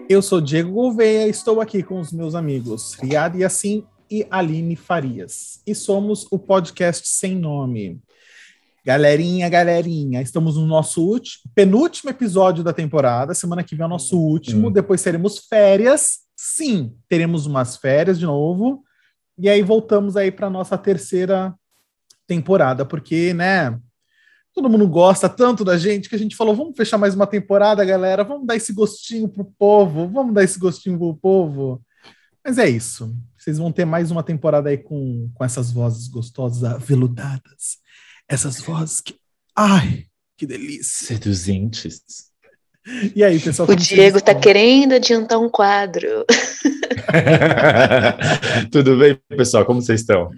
Eu sou Diego Gouveia e estou aqui com os meus amigos Riad Yassin e Aline Farias. E somos o podcast Sem Nome. Galerinha, estamos no nosso penúltimo episódio da temporada. Semana que vem é o nosso último. Depois teremos férias. Sim, teremos umas férias de novo. E aí voltamos aí para a nossa terceira temporada, porque, né, todo mundo gosta tanto da gente que a gente falou, vamos fechar mais uma temporada, galera, vamos dar esse gostinho pro povo, Mas é isso, vocês vão ter mais uma temporada aí com essas vozes gostosas, aveludadas, essas vozes que, ai, que delícia. Seduzentes. E aí, pessoal? O Diego tá querendo adiantar um quadro. Tudo bem, pessoal? Como vocês estão?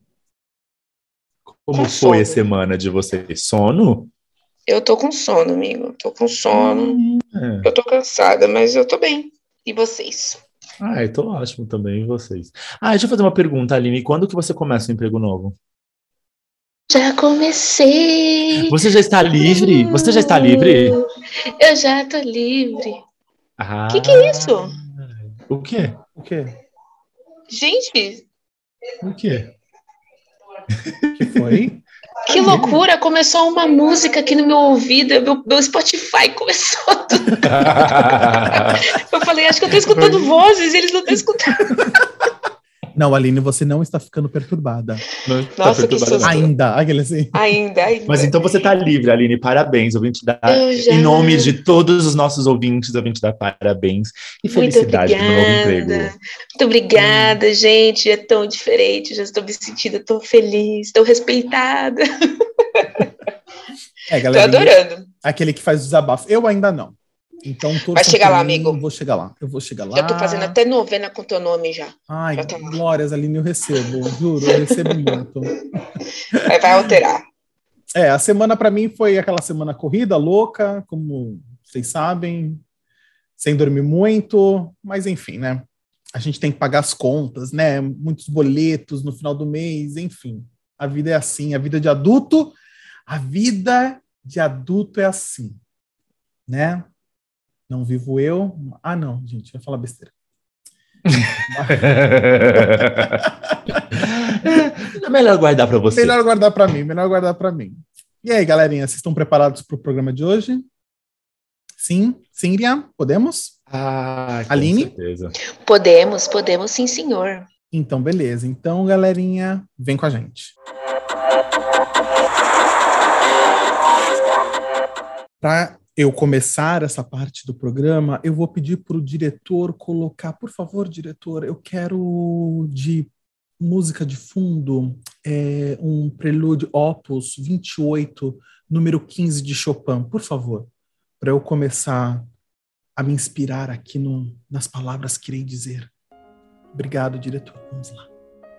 Como foi a semana de vocês? Sono? Eu tô com sono, amigo. Tô com sono. Eu tô cansada, mas eu tô bem. E vocês? Eu tô ótimo também. E vocês? Deixa eu fazer uma pergunta, Aline. Quando que você começa um emprego novo? Já comecei. Você já está livre? Você já está livre? Eu já tô livre. Que é isso? O quê? Gente! O quê? Que foi? Que loucura! Começou uma música aqui no meu ouvido, meu Spotify começou tudo. Eu falei, acho que eu tô escutando vozes, eles não estão escutando. Não, Aline, você não está ficando perturbada. Nossa, que susto. Ainda, aquele assim. Ainda. Mas então você tá livre, Aline, parabéns. Eu vim te dar, em nome de todos os nossos ouvintes, eu vim te dar parabéns e felicidade no novo emprego. Muito obrigada, gente. É tão diferente, já estou me sentindo tão feliz, tão respeitada. Galera, tô adorando. Aquele que faz desabafo. Eu ainda não. Então, vai chegar lá, amigo. Eu vou chegar lá. Já tô fazendo até novena com teu nome já. Ai, já tá glórias, Aline, eu recebo. Juro, eu recebo muito. Vai alterar. A semana para mim foi aquela semana corrida, louca, como vocês sabem, sem dormir muito, mas enfim, né? A gente tem que pagar as contas, né? Muitos boletos no final do mês, enfim. A vida é assim, a vida de adulto é assim, né? Não vivo eu. Não, gente, ia falar besteira. É melhor guardar para você. Melhor guardar para mim. E aí, galerinha, vocês estão preparados para o programa de hoje? Sim, Rian, podemos? Aline? Com certeza. Podemos sim, senhor. Então, beleza. Então, galerinha, vem com a gente. Para eu começar essa parte do programa, eu vou pedir para o diretor colocar, por favor, diretor, eu quero de música de fundo um prelúdio Opus 28, número 15 de Chopin, por favor, para eu começar a me inspirar aqui nas palavras que irei dizer. Obrigado, diretor. Vamos lá.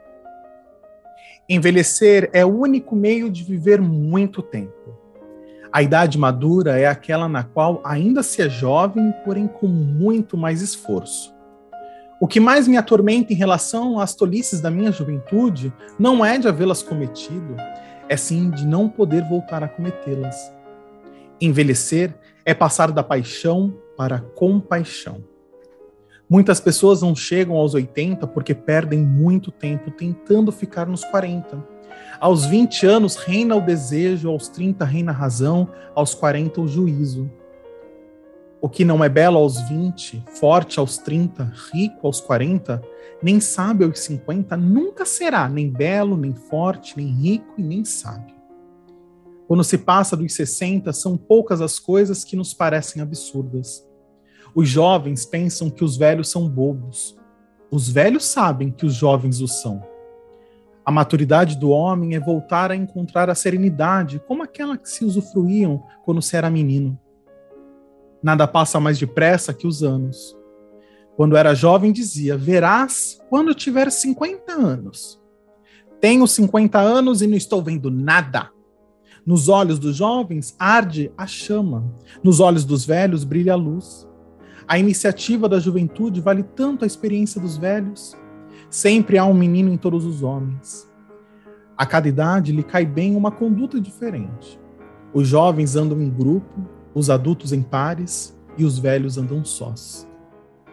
Envelhecer é o único meio de viver muito tempo. A idade madura é aquela na qual ainda se é jovem, porém com muito mais esforço. O que mais me atormenta em relação às tolices da minha juventude não é de havê-las cometido, é sim de não poder voltar a cometê-las. Envelhecer é passar da paixão para a compaixão. Muitas pessoas não chegam aos 80 porque perdem muito tempo tentando ficar nos 40. Aos 20 anos reina o desejo, aos 30 reina a razão, aos 40 o juízo. O que não é belo aos 20, forte aos 30, rico aos 40, nem sábio aos 50, nunca será nem belo, nem forte, nem rico e nem sábio. Quando se passa dos 60, são poucas as coisas que nos parecem absurdas. Os jovens pensam que os velhos são bobos. Os velhos sabem que os jovens o são. A maturidade do homem é voltar a encontrar a serenidade, como aquela que se usufruíam quando se era menino. Nada passa mais depressa que os anos. Quando era jovem dizia, verás quando tiver 50 anos. Tenho 50 anos e não estou vendo nada. Nos olhos dos jovens arde a chama, nos olhos dos velhos brilha a luz. A iniciativa da juventude vale tanto a experiência dos velhos. Sempre há um menino em todos os homens. A cada idade lhe cai bem uma conduta diferente. Os jovens andam em grupo, os adultos em pares e os velhos andam sós.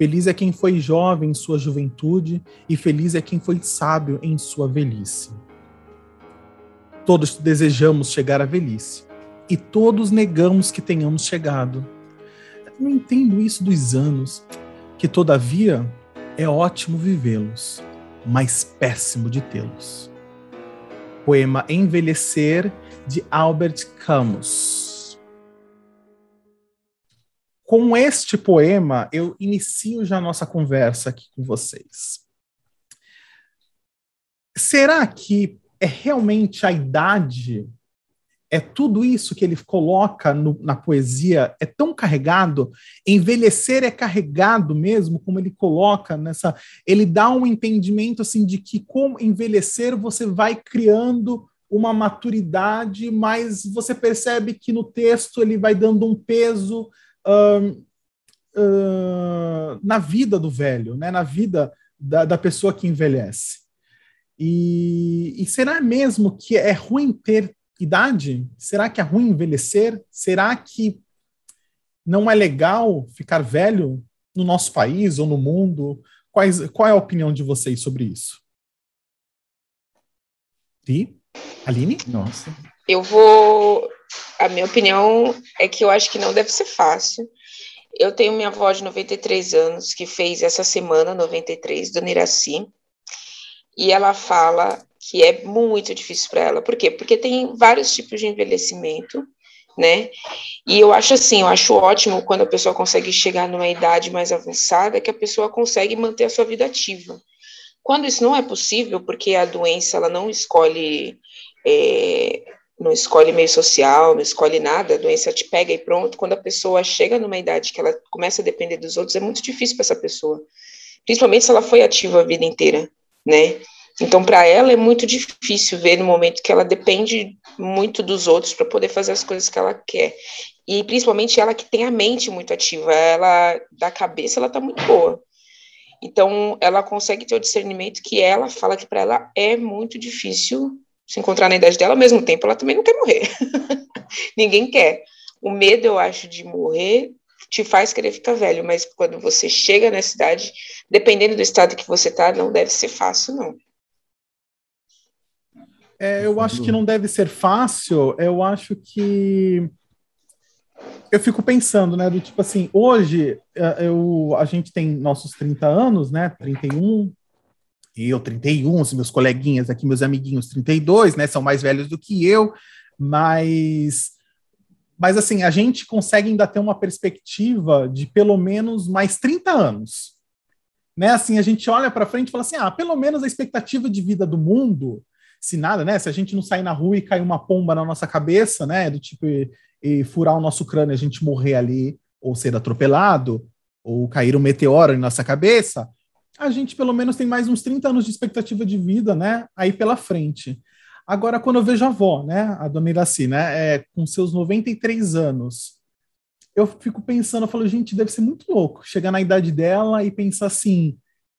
Feliz é quem foi jovem em sua juventude, e feliz é quem foi sábio em sua velhice. Todos desejamos chegar à velhice, e todos negamos que tenhamos chegado. Eu não entendo isso dos anos, que todavia é ótimo vivê-los, mas péssimo de tê-los. Poema Envelhecer, de Albert Camus. Com este poema, eu inicio já a nossa conversa aqui com vocês. Será que é realmente a idade, é tudo isso que ele coloca na poesia, é tão carregado? Envelhecer é carregado mesmo, como ele coloca nessa... Ele dá um entendimento assim, de que com envelhecer você vai criando uma maturidade, mas você percebe que no texto ele vai dando um peso na vida do velho, né? Na vida da pessoa que envelhece. E será mesmo que é ruim ter idade? Será que é ruim envelhecer? Será que não é legal ficar velho no nosso país ou no mundo? Qual é a opinião de vocês sobre isso? E Aline? Nossa. A minha opinião é que eu acho que não deve ser fácil. Eu tenho minha avó de 93 anos, que fez essa semana 93, Dona Iraci, e ela fala que é muito difícil para ela. Por quê? Porque tem vários tipos de envelhecimento, né? E eu acho ótimo quando a pessoa consegue chegar numa idade mais avançada, que a pessoa consegue manter a sua vida ativa. Quando isso não é possível, porque a doença ela não escolhe meio social, não escolhe nada, a doença te pega e pronto. Quando a pessoa chega numa idade que ela começa a depender dos outros, é muito difícil para essa pessoa, principalmente se ela foi ativa a vida inteira, né? Então, para ela é muito difícil ver no momento que ela depende muito dos outros para poder fazer as coisas que ela quer. E principalmente ela que tem a mente muito ativa, ela da cabeça ela está muito boa. Então, ela consegue ter o discernimento que ela fala que para ela é muito difícil se encontrar na idade dela. Ao mesmo tempo, ela também não quer morrer. Ninguém quer. O medo, eu acho, de morrer te faz querer ficar velho, mas quando você chega nessa idade, dependendo do estado que você está, não deve ser fácil, não. Eu acho que não deve ser fácil. Eu acho que... Eu fico pensando, né, do tipo assim, hoje a gente tem nossos 30 anos, né, 31, e eu 31, os meus coleguinhas aqui, meus amiguinhos 32, né, são mais velhos do que eu, mas assim, a gente consegue ainda ter uma perspectiva de pelo menos mais 30 anos, né, assim, a gente olha para frente e fala assim, pelo menos a expectativa de vida do mundo, se nada, né, se a gente não sair na rua e cair uma pomba na nossa cabeça, né, do tipo... e furar o nosso crânio, a gente morrer ali, ou ser atropelado, ou cair um meteoro em nossa cabeça, a gente pelo menos tem mais uns 30 anos de expectativa de vida, né, aí pela frente. Agora, quando eu vejo a avó, né, a Dona Iraci, né, com seus 93 anos, eu fico pensando, eu falo, gente, deve ser muito louco chegar na idade dela e pensar assim,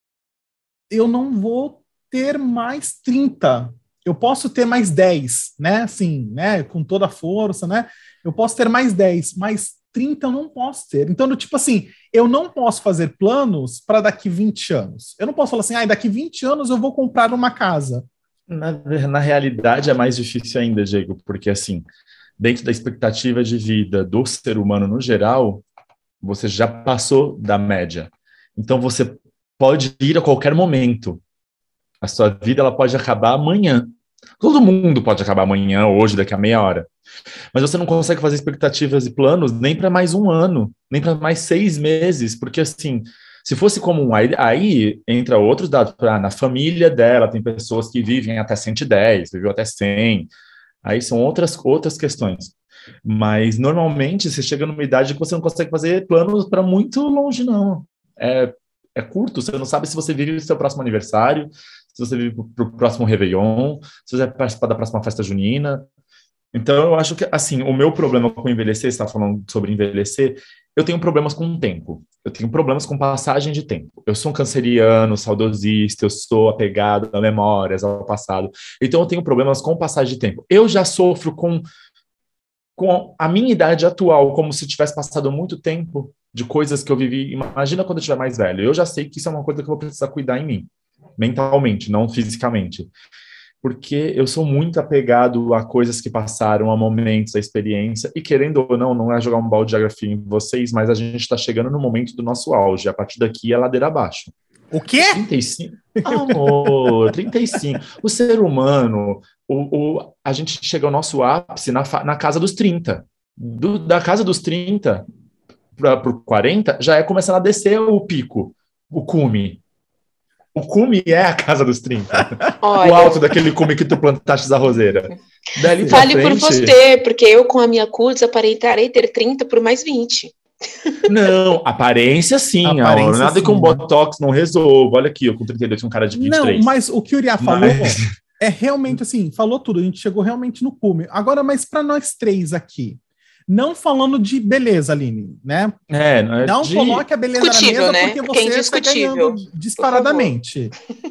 eu não vou ter mais 30, eu posso ter mais 10, né, assim, né, com toda a força, né, eu posso ter mais 10, mas 30 eu não posso ter. Então, tipo assim, eu não posso fazer planos para daqui 20 anos. Eu não posso falar assim, daqui 20 anos eu vou comprar uma casa. Na realidade é mais difícil ainda, Diego, porque assim, dentro da expectativa de vida do ser humano no geral, você já passou da média. Então você pode ir a qualquer momento. A sua vida ela pode acabar amanhã. Todo mundo pode acabar amanhã, hoje, daqui a meia hora. Mas você não consegue fazer expectativas e planos nem para mais um ano, nem para mais 6 meses, porque assim, se fosse comum, aí entra outros dados. Na família dela tem pessoas que vivem até 110, viveu até 100, aí são outras questões. Mas normalmente você chega numa idade que você não consegue fazer planos para muito longe, não. É curto, você não sabe se você vive o seu próximo aniversário, se você vive para o próximo Réveillon, se você vai participar da próxima festa junina. Então, eu acho que, assim, o meu problema com envelhecer, você está falando sobre envelhecer, eu tenho problemas com o tempo. Eu tenho problemas com passagem de tempo. Eu sou um canceriano, saudosista, eu sou apegado a memórias, ao passado. Então, eu tenho problemas com passagem de tempo. Eu já sofro com a minha idade atual, como se tivesse passado muito tempo. de coisas que eu vivi. Imagina quando eu estiver mais velho. Eu já sei que isso é uma coisa que eu vou precisar cuidar em mim, mentalmente, não fisicamente. Porque eu sou muito apegado a coisas que passaram, a momentos, a experiência, e querendo ou não, não é jogar um balde de geografia em vocês, mas a gente está chegando no momento do nosso auge. A partir daqui é ladeira abaixo. O quê? 35. Amor, 35. O ser humano, a gente chega ao nosso ápice na casa dos 30. Da casa dos 30 para o 40, já é começando a descer o pico, o cume. O cume é a casa dos 30. Olha, o alto daquele cume que tu plantaste a roseira. Dali pra fale frente, por você, porque eu com a minha curva aparentarei ter 30 por mais 20. Não, aparência sim. Aparência, Nada sim, que um né? Botox não resolva. Olha aqui, eu com 32 tinha um cara de 23. Não, mas o que o Uriah falou é realmente assim, falou tudo, a gente chegou realmente no cume. Agora, mas para nós três aqui, não falando de beleza, Aline, né? Não coloque a beleza na mesa, né? porque você está ganhando disparadamente.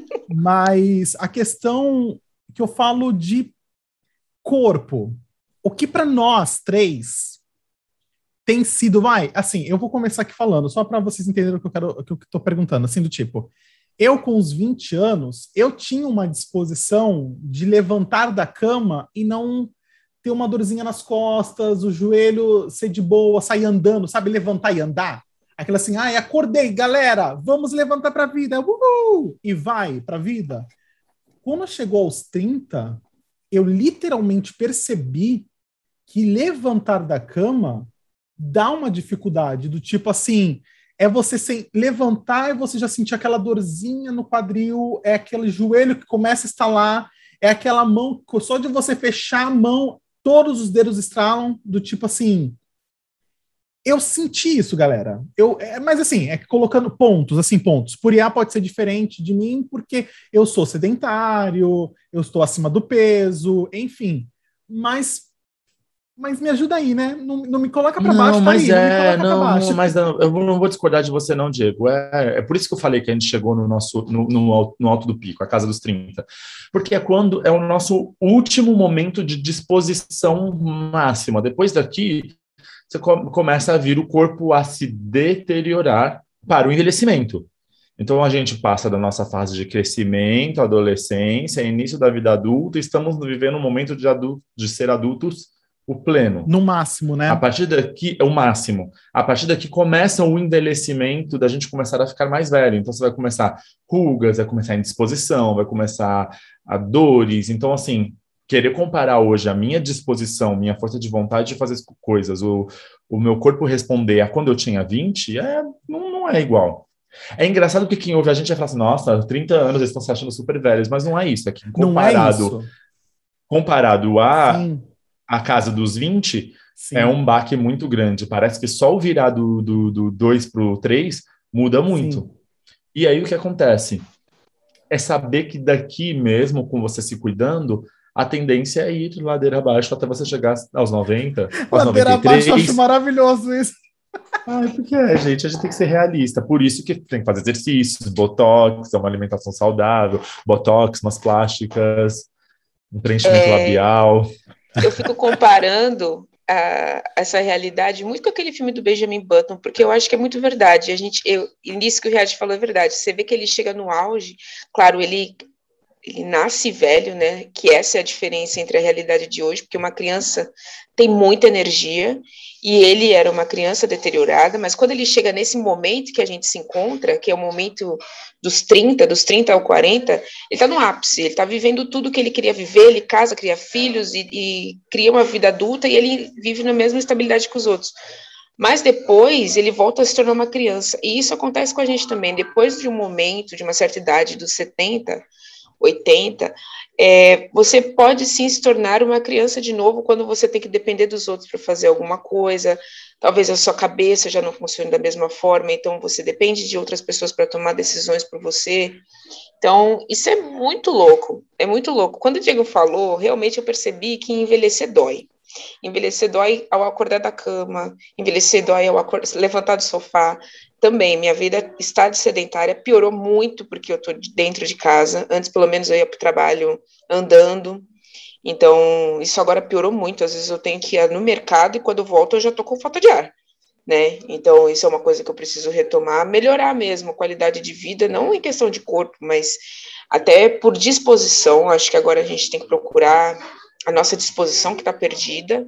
Mas a questão que eu falo de corpo, o que para nós três tem sido, assim, eu vou começar aqui falando, só para vocês entenderem o que eu estou perguntando, assim, do tipo, eu com os 20 anos, eu tinha uma disposição de levantar da cama e não ter uma dorzinha nas costas, o joelho ser de boa, sair andando, sabe, levantar e andar. Aquela assim, acordei, galera, vamos levantar para a vida, uhul! E vai para a vida. Quando chegou aos 30, eu literalmente percebi que levantar da cama dá uma dificuldade, do tipo assim, é você levantar e você já sentir aquela dorzinha no quadril, é aquele joelho que começa a estalar, é aquela mão, só de você fechar a mão, todos os dedos estralam, do tipo assim. Eu senti isso, galera. Mas assim, colocando pontos, assim, pontos. Puriá pode ser diferente de mim, porque eu sou sedentário, eu estou acima do peso, enfim. Mas me ajuda aí, né? Não me coloca para baixo, tá aí, não me coloca para baixo. Mas eu não vou discordar de você não, Diego. É por isso que eu falei que a gente chegou no alto do pico, a casa dos 30. Porque é o nosso último momento de disposição máxima. Depois daqui, você começa a vir o corpo a se deteriorar para o envelhecimento. Então, a gente passa da nossa fase de crescimento, adolescência, início da vida adulta, e estamos vivendo um momento de ser adultos o pleno. No máximo, né? A partir daqui, é o máximo. A partir daqui começa o envelhecimento da gente começar a ficar mais velho. Então, você vai começar rugas, vai começar indisposição, vai começar a dores. Então, assim, querer comparar hoje a minha disposição, minha força de vontade de fazer coisas, o meu corpo responder a quando eu tinha 20, não é igual. É engraçado que quem ouve a gente vai falar assim, nossa, 30 anos, eles estão se achando super velhos, mas não é isso. É que comparado a casa dos 20, sim, é um baque muito grande. Parece que só o virar do 2 para o 3 muda muito. Sim. E aí o que acontece? É saber que daqui mesmo, com você se cuidando, a tendência é ir ladeira abaixo até você chegar aos 90, aos ladeira 93. Abaixo, eu acho maravilhoso isso. Porque gente, a gente tem que ser realista. Por isso que tem que fazer exercícios, botox, uma alimentação saudável, botox, umas plásticas, um preenchimento labial. Eu fico comparando essa realidade muito com aquele filme do Benjamin Button, porque eu acho que é muito verdade. E nisso que o Riad falou é verdade. Você vê que ele chega no auge, claro, ele nasce velho, né? Que essa é a diferença entre a realidade de hoje, porque uma criança tem muita energia e ele era uma criança deteriorada, mas quando ele chega nesse momento que a gente se encontra, que é o momento dos 30 ao 40, ele está no ápice, ele está vivendo tudo que ele queria viver, ele casa, cria filhos e cria uma vida adulta e ele vive na mesma estabilidade que os outros. Mas depois ele volta a se tornar uma criança, e isso acontece com a gente também, depois de um momento, de uma certa idade, dos 70, 80, você pode sim se tornar uma criança de novo quando você tem que depender dos outros para fazer alguma coisa, talvez a sua cabeça já não funcione da mesma forma, então você depende de outras pessoas para tomar decisões por você. Então, isso é muito louco, é muito louco. Quando o Diego falou, realmente eu percebi que envelhecer dói. Envelhecer dói ao acordar da cama, envelhecer dói ao levantar do sofá. Também, minha vida está de sedentária, piorou muito porque eu estou dentro de casa. Antes, pelo menos, eu ia para o trabalho andando. Então, isso agora piorou muito. Às vezes eu tenho que ir no mercado e quando eu volto eu já estou com falta de ar. né? Então, isso é uma coisa que eu preciso retomar, melhorar mesmo a qualidade de vida, não em questão de corpo, mas até por disposição. Acho que agora a gente tem que procurar a nossa disposição que está perdida,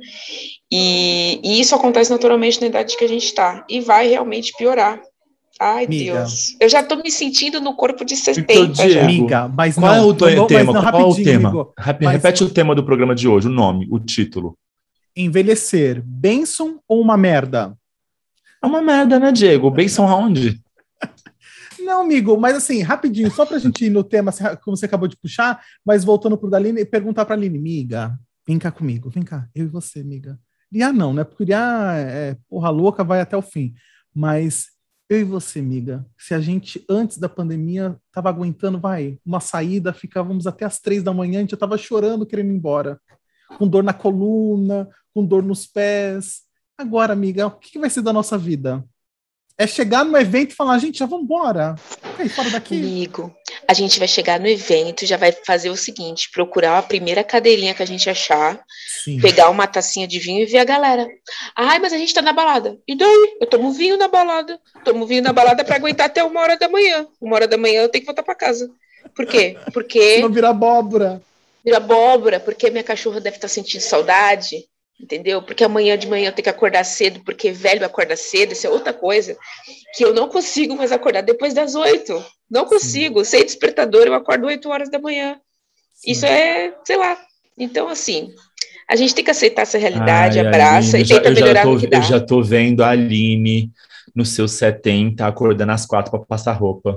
e isso acontece naturalmente na idade que a gente está, e vai realmente piorar. Ai, Miga. Deus. Eu já tô me sentindo no corpo de Então, 70 já. Diego, Amiga, mas qual é não, o tema? mas não, Qual é o rapidinho, tema? amigo. Mas Repete o tema do programa de hoje, o nome, o título. envelhecer, bênção ou uma merda? É uma merda, né, Diego? Benção aonde? Não, amigo, mas assim, rapidinho, só pra gente ir no tema, como você acabou de puxar, mas voltando pro Daline e perguntar pra Aline, miga, vem cá comigo, vem cá, eu e você, miga. Iria não, né? Porque Iria, porra louca, vai até o fim. Mas eu e você, miga, se a gente, antes da pandemia, tava aguentando, uma saída, ficávamos até as 3 da manhã, a gente já tava chorando, querendo ir embora. Com dor na coluna, com dor nos pés. Agora, amiga, o que vai ser da nossa vida? É chegar no evento e falar, gente, já vamos embora. Fica aí fora daqui. Amigo, a gente vai chegar no evento, já vai fazer o seguinte, procurar a primeira cadeirinha que a gente achar, Sim. pegar uma tacinha de vinho e ver a galera. Ai, mas a gente tá na balada. E daí? Eu tomo vinho na balada. Tomo vinho na balada pra aguentar até 1h da manhã. 1h da manhã eu tenho que voltar pra casa. Por quê? Porque... Senão vira abóbora. Vira abóbora, porque minha cachorra deve estar sentindo saudade, entendeu? Porque amanhã de manhã eu tenho que acordar cedo, porque velho acorda cedo, isso é outra coisa, que eu não consigo mais acordar depois das 8. Não consigo. Sem despertador, eu acordo 8 horas da manhã. Sim. Isso é, sei lá. Então, assim, a gente tem que aceitar essa realidade, abraça Aline, e tenta melhorar o que dá. Eu já tô vendo a Aline nos seus 70, acordando às 4 para passar roupa.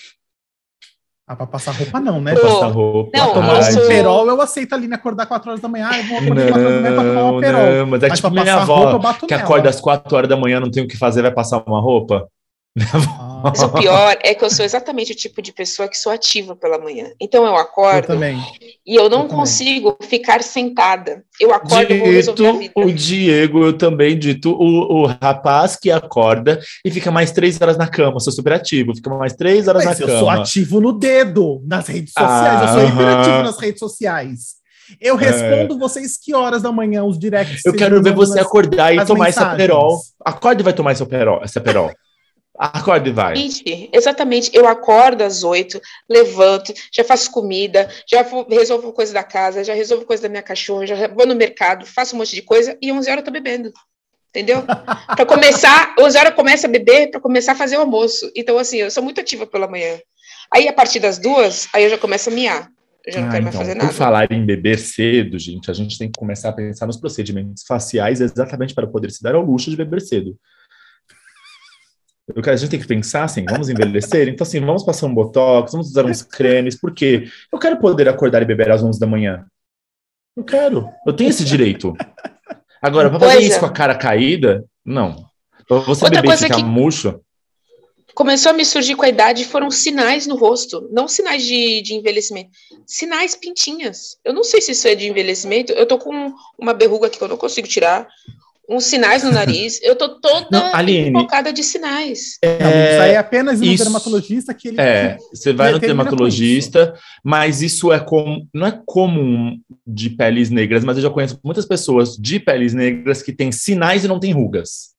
Ah, pra passar roupa não, né? Passar roupa. Não, tomar um perol, eu aceito a Aline acordar 4 horas da manhã. Eu vou acordar 4 horas da manhã pra tomar um perol. Não, mas é tipo minha avó, que acorda às 4 horas da manhã, não tem o que fazer, vai passar uma roupa. Mas o pior é que eu sou exatamente o tipo de pessoa que sou ativa pela manhã. Então eu acordo e eu não consigo ficar sentada. Eu acordo e vou resolver a vida. O Diego, eu também dito, o rapaz que acorda e fica mais 3 horas na cama. Sou super ativo, fica mais 3 horas na cama. Eu sou ativo no dedo, nas redes sociais. Eu sou hiperativo nas redes sociais. Eu respondo vocês que horas da manhã os directs. Eu quero ver você acordar e tomar esse perol. Acorde e vai tomar esse perol. Acorde e vai. Gente, exatamente. Eu acordo às 8, levanto, já faço comida, já resolvo coisa da casa, já resolvo coisa da minha cachorra, já vou no mercado, faço um monte de coisa e 11 horas eu tô bebendo. Entendeu? Para começar, 11 horas eu começo a beber para começar a fazer o almoço. Então, assim, eu sou muito ativa pela manhã. Aí, a partir das 2, aí eu já começo a miar. Eu já não quero mais fazer nada. Por falar em beber cedo, gente, a gente tem que começar a pensar nos procedimentos faciais exatamente para poder se dar ao luxo de beber cedo. A gente tem que pensar assim, vamos envelhecer? Então, assim, vamos passar um botox, vamos usar uns cremes, por quê? Eu quero poder acordar e beber às 11 da manhã. Eu quero. Eu tenho esse direito. Agora, para fazer isso com a cara caída, não. Para você beber e ficar murcho... Começou a me surgir com a idade, foram sinais no rosto, não sinais de envelhecimento, sinais pintinhas. Eu não sei se isso é de envelhecimento, eu tô com uma berruga aqui que eu não consigo tirar, uns sinais no nariz, eu tô toda focada de sinais. Isso aí é apenas no dermatologista que ele... você vai no dermatologista, mas isso não é comum de peles negras, mas eu já conheço muitas pessoas de peles negras que têm sinais e não têm rugas.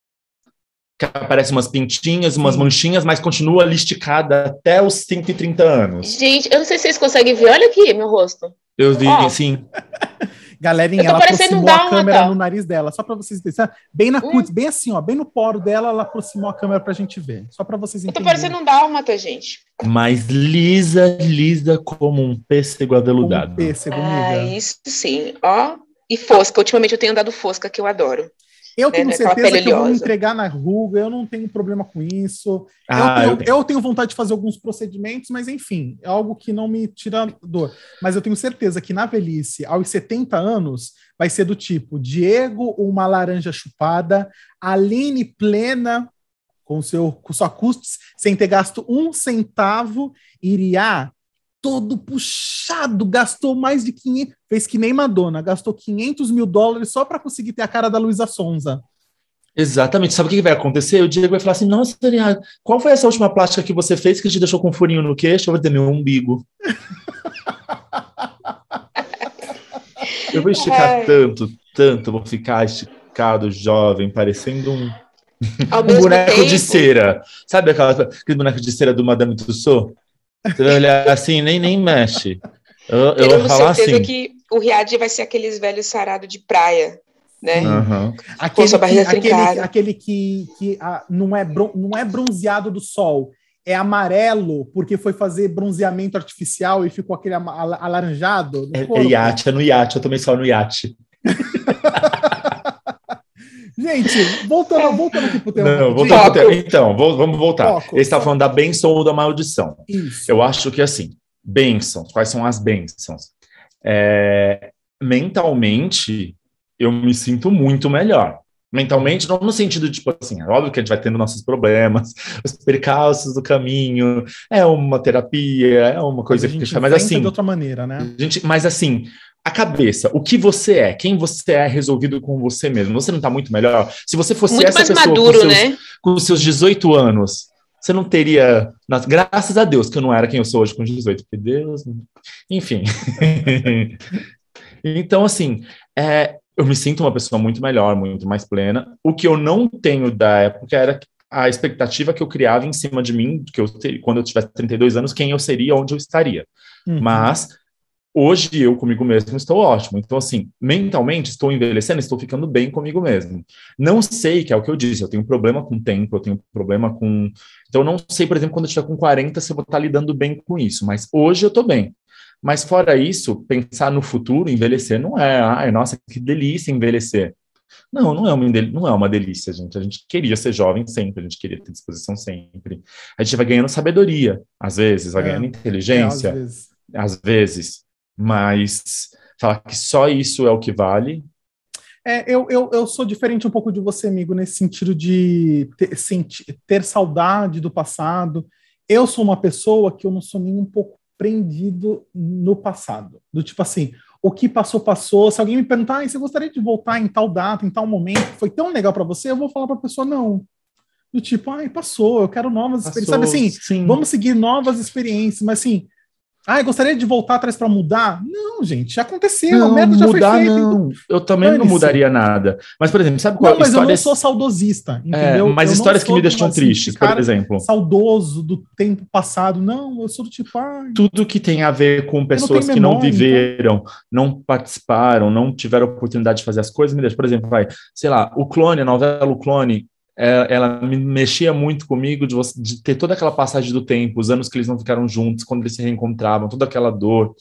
Que aparecem umas pintinhas, umas manchinhas, mas continua ali esticada até os 130 anos. Gente, eu não sei se vocês conseguem ver, olha aqui meu rosto. Eu vi, sim. Galerinha, ela aproximou a câmera no nariz dela, só para vocês entenderem. Bem na cutis, bem assim, ó, bem no poro dela, ela aproximou a câmera pra gente ver. Só para vocês entenderem. Eu tô parecendo um dálmata, gente. Mas lisa como um pêssego aveludado. Um pêssego, amiga. Isso sim, ó. E fosca, ultimamente eu tenho andado fosca, que eu adoro. Eu tenho certeza que eu vou me entregar na ruga, eu não tenho problema com isso. Eu tenho vontade de fazer alguns procedimentos, mas enfim, é algo que não me tira dor. Mas eu tenho certeza que na velhice, aos 70 anos, vai ser do tipo Diego, uma laranja chupada, Aline plena, com sua custos, sem ter gasto 1 centavo, Iria todo puxado, gastou mais de 500, fez que nem Madonna, gastou $500 mil só para conseguir ter a cara da Luísa Sonza. Exatamente, sabe o que vai acontecer? O Diego vai falar assim, nossa, Daniela, qual foi essa última plástica que você fez que te deixou com um furinho no queixo? Eu vou ter meu umbigo. Eu vou esticar tanto, vou ficar esticado, jovem, parecendo um... Ao Um mesmo boneco tempo, de cera. Sabe aquele boneco de cera do Madame Tussauds? Você vai olhar assim, nem mexe. Eu vou teremos falar certeza assim. que o Riad vai ser aqueles velhos sarados de praia, né? Sim. Aham. Com sua Aquele barriga trincada. não não é bronzeado do sol, é amarelo porque foi fazer bronzeamento artificial e ficou aquele alaranjado no É corpo. iate, é no iate. Eu tomei sol no iate. Gente, voltando aqui pro tema Não, rapidinho. voltando pro tema. Então, vamos voltar. Foco. Ele está falando da bênção ou da maldição. Isso. Eu acho que, assim, bênçãos. Quais são as bênçãos? Mentalmente, eu me sinto muito melhor. Mentalmente, não no sentido de, tipo assim, é óbvio que a gente vai tendo nossos problemas, os percalços do caminho, é uma terapia, é uma coisa que a gente faz, mas assim, de outra maneira, né? mas assim, a cabeça, o que você é, quem você é resolvido com você mesmo. Você não tá muito melhor? Se você fosse Muito essa mais pessoa maduro, né? com os seus 18 anos, você não teria... Graças a Deus que eu não era quem eu sou hoje com 18, porque Deus... Enfim. Então, assim, eu me sinto uma pessoa muito melhor, muito mais plena. O que eu não tenho da época era a expectativa que eu criava em cima de mim, quando eu tivesse 32 anos, quem eu seria, onde eu estaria. Mas hoje eu comigo mesmo estou ótimo. Então, assim, mentalmente estou envelhecendo, estou ficando bem comigo mesmo. Não sei, que é o que eu disse, eu tenho problema com tempo, eu tenho problema com... Então, eu não sei, por exemplo, quando eu estiver com 40, se eu vou estar lidando bem com isso. Mas hoje eu estou bem. Mas fora isso, pensar no futuro, envelhecer, não é, ai, nossa, que delícia envelhecer. Não, não é uma delícia, gente. A gente queria ser jovem sempre, a gente queria ter disposição sempre. A gente vai ganhando sabedoria, às vezes, vai ganhando inteligência, às vezes. Mas falar que só isso é o que vale. Eu sou diferente um pouco de você, amigo, nesse sentido de ter saudade do passado. Eu sou uma pessoa que eu não sou nem um pouco prendido no passado. Do tipo assim, o que passou, passou. Se alguém me perguntar, você gostaria de voltar em tal data, em tal momento, foi tão legal para você, eu vou falar para a pessoa, não. Do tipo, passou, eu quero novas experiências. Sabe assim, sim. Vamos seguir novas experiências, mas assim, gostaria de voltar atrás para mudar? Não, gente, já aconteceu, não, a merda já mudar, foi feita. Não. Então... Eu também não mudaria nada. Mas, por exemplo, sabe qual Não, mas eu não sou saudosista, entendeu? Mas eu histórias que me deixam tristes, por exemplo. Saudoso do tempo passado. Não, eu sou do tipo... Tudo que tem a ver com pessoas que não viveram, então... não participaram, não tiveram oportunidade de fazer as coisas, me deixa. Por exemplo, sei lá, O Clone, a novela O Clone, ela me mexia muito comigo de ter toda aquela passagem do tempo, os anos que eles não ficaram juntos, quando eles se reencontravam, toda aquela dor.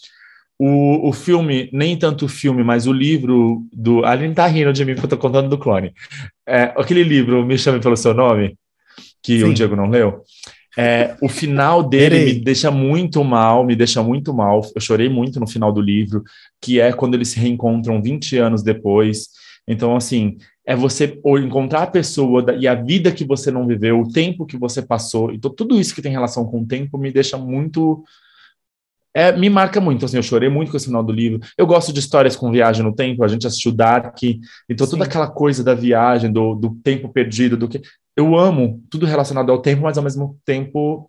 O filme, nem tanto o filme, mas o livro do... A Aline tá rindo de mim porque eu tô contando do Clone. Aquele livro, Me Chame Pelo Seu Nome, que Sim. O Diego não leu. O final dele me deixa muito mal. Eu chorei muito no final do livro, que é quando eles se reencontram 20 anos depois. Então, assim... você encontrar a pessoa e a vida que você não viveu, o tempo que você passou. Então, tudo isso que tem relação com o tempo me deixa muito... me marca muito. Então, assim, eu chorei muito com esse final do livro. Eu gosto de histórias com viagem no tempo. A gente assistiu Dark. Então, toda aquela coisa da viagem, do tempo perdido, do que... Eu amo tudo relacionado ao tempo, mas ao mesmo tempo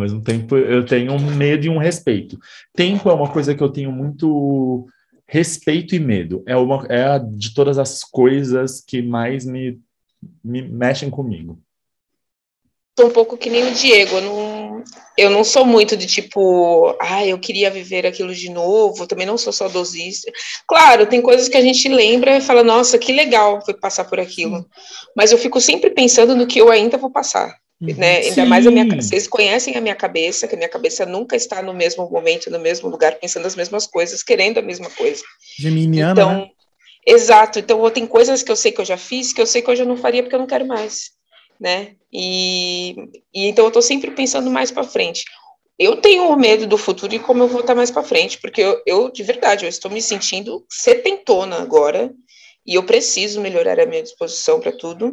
eu tenho um medo e um respeito. Tempo é uma coisa que eu tenho muito... respeito e medo. É de todas as coisas que mais me mexem comigo. Tô um pouco que nem o Diego. Eu não sou muito de tipo, eu queria viver aquilo de novo. Também não sou saudosista. Claro, tem coisas que a gente lembra e fala, nossa, que legal foi passar por aquilo. Sim. Mas eu fico sempre pensando no que eu ainda vou passar. Né? Ainda mais vocês conhecem a minha cabeça, que a minha cabeça nunca está no mesmo momento, no mesmo lugar, pensando as mesmas coisas, querendo a mesma coisa. Geminiana, então, né? Exato, então tem coisas que eu sei que eu já fiz, que eu sei que eu já não faria porque eu não quero mais, né? E então eu tô sempre pensando mais para frente. Eu tenho medo do futuro e como eu vou estar mais para frente, porque eu de verdade, eu estou me sentindo setentona agora e eu preciso melhorar a minha disposição para tudo.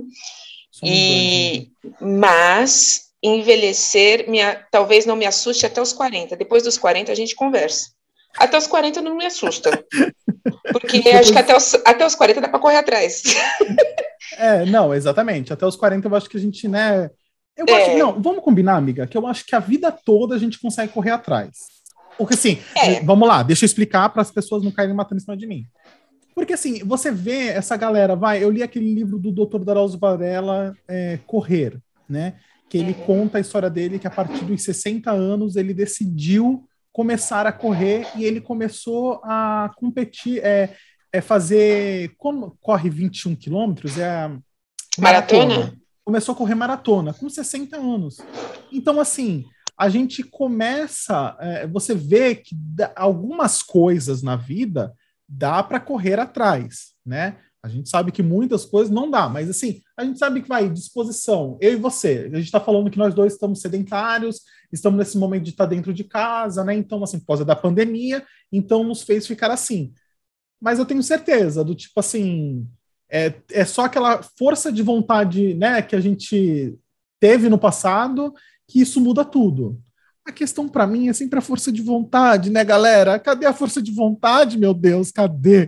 Mas envelhecer talvez não me assuste até os 40. Depois dos 40 a gente conversa. Até os 40 não me assusta. Porque acho que até os 40 dá para correr atrás. Não, exatamente. Até os 40 eu acho que a gente, né... Não, vamos combinar, amiga, que eu acho que a vida toda a gente consegue correr atrás. Porque assim, vamos lá, deixa eu explicar para as pessoas não caírem matando em cima de mim. Porque assim, você vê essa galera, eu li aquele livro do Dr. Drauzio Varela, Correr, né? Que ele conta a história dele, que a partir dos 60 anos ele decidiu começar a correr e ele começou a competir, fazer, como corre 21 quilômetros, maratona. Começou a correr maratona com 60 anos. Então, assim, a gente começa, você vê que algumas coisas na vida dá para correr atrás, né? A gente sabe que muitas coisas não dá, mas assim, a gente sabe que disposição, eu e você, a gente está falando que nós dois estamos sedentários, estamos nesse momento de estar dentro de casa, né? Então, assim, por causa da pandemia, então nos fez ficar assim. Mas eu tenho certeza do tipo assim, é só aquela força de vontade, né, que a gente teve no passado, que isso muda tudo. A questão para mim é sempre a força de vontade, né, galera? Cadê a força de vontade, meu Deus? Cadê?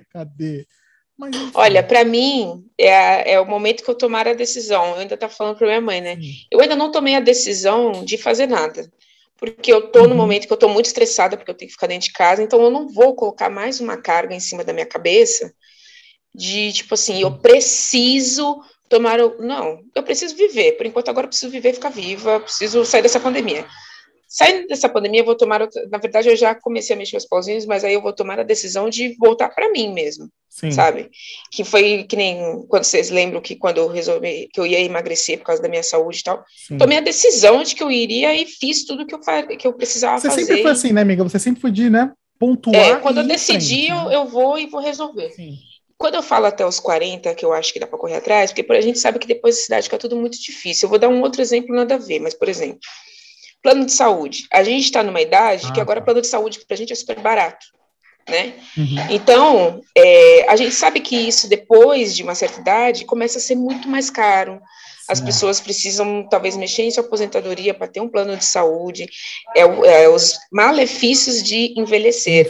Mas, olha, para mim, é o momento que eu tomar a decisão. Eu ainda estava falando para minha mãe, né? Eu ainda não tomei a decisão de fazer nada. Porque eu tô no momento que eu tô muito estressada, porque eu tenho que ficar dentro de casa, então eu não vou colocar mais uma carga em cima da minha cabeça de, tipo assim, eu preciso tomar... Não, eu preciso viver. Por enquanto, agora eu preciso viver, ficar viva, preciso sair dessa pandemia. Saindo dessa pandemia, eu vou tomar... Na verdade, eu já comecei a mexer os pauzinhos, mas aí eu vou tomar a decisão de voltar para mim mesmo, sabe? Que foi que nem... Quando vocês lembram que quando eu resolvi que eu ia emagrecer por causa da minha saúde e tal, tomei a decisão de que eu iria e fiz tudo que eu precisava fazer. Você sempre foi assim, né, amiga? Você sempre foi de, né, pontuar quando eu decidi, eu vou e vou resolver. Sim. Quando eu falo até os 40, que eu acho que dá para correr atrás, porque a gente sabe que depois da cidade fica tudo muito difícil. Eu vou dar um outro exemplo, nada a ver, mas, por exemplo, plano de saúde. A gente está numa idade que agora plano de saúde para a gente é super barato, né? Então, a gente sabe que isso, depois de uma certa idade, começa a ser muito mais caro. As pessoas precisam, talvez, mexer em sua aposentadoria para ter um plano de saúde. Os malefícios de envelhecer.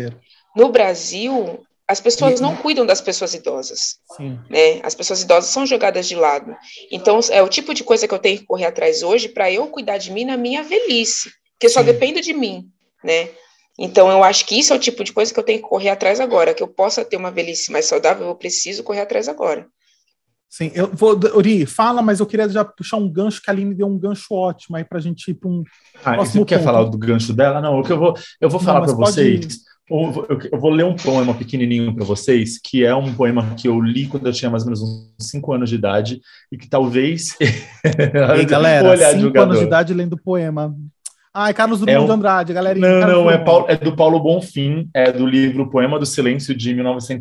No Brasil, as pessoas não cuidam das pessoas idosas, né? As pessoas idosas são jogadas de lado. Então, é o tipo de coisa que eu tenho que correr atrás hoje para eu cuidar de mim na minha velhice, que só depende de mim, né? Então, eu acho que isso é o tipo de coisa que eu tenho que correr atrás agora, que eu possa ter uma velhice mais saudável, eu preciso correr atrás agora. Sim, eu vou, Uri, fala, mas eu queria já puxar um gancho, que a Aline deu um gancho ótimo aí pra gente ir para um próximo você quer falar do gancho dela? Não, o que eu vou falar para vocês... Eu vou ler um poema pequenininho para vocês, que é um poema que eu li quando eu tinha mais ou menos uns 5 anos de idade, e que talvez... Ei, galera, 5 anos de idade lendo poema. Ai, Carlos Drummond de Andrade, galerinha. Não, é do Paulo Bonfim, é do livro Poema do Silêncio, de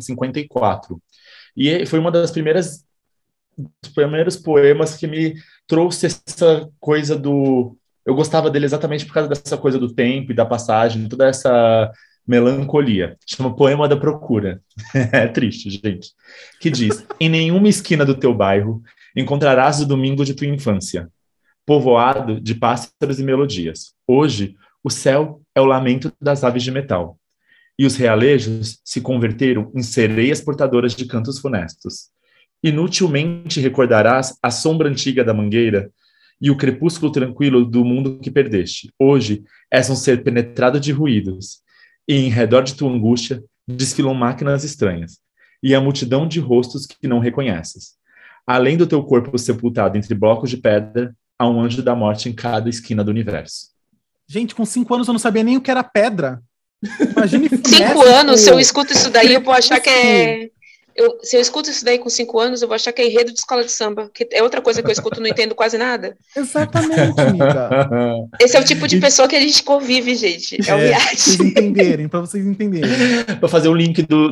1954. E foi uma dos primeiros poemas que me trouxe essa coisa do... Eu gostava dele exatamente por causa dessa coisa do tempo e da passagem, toda essa... melancolia, chama Poema da Procura. É triste, gente. Que diz: em nenhuma esquina do teu bairro encontrarás o domingo de tua infância, povoado de pássaros e melodias. Hoje, o céu é o lamento das aves de metal, e os realejos se converteram em sereias portadoras de cantos funestos. Inutilmente recordarás a sombra antiga da mangueira e o crepúsculo tranquilo do mundo que perdeste. Hoje, és um ser penetrado de ruídos, e em redor de tua angústia desfilam máquinas estranhas, e a multidão de rostos que não reconheces. Além do teu corpo sepultado entre blocos de pedra, há um anjo da morte em cada esquina do universo. Gente, com 5 anos eu não sabia nem o que era pedra. Imagine 5 anos, se eu escuto isso daí, eu vou achar que é... se eu escuto isso daí com 5 anos, eu vou achar que é enredo de escola de samba, que é outra coisa que eu escuto e não entendo quase nada. Exatamente, amiga. Esse é o tipo de pessoa que a gente convive, gente. É o reality. Pra vocês entenderem. Vou fazer um link do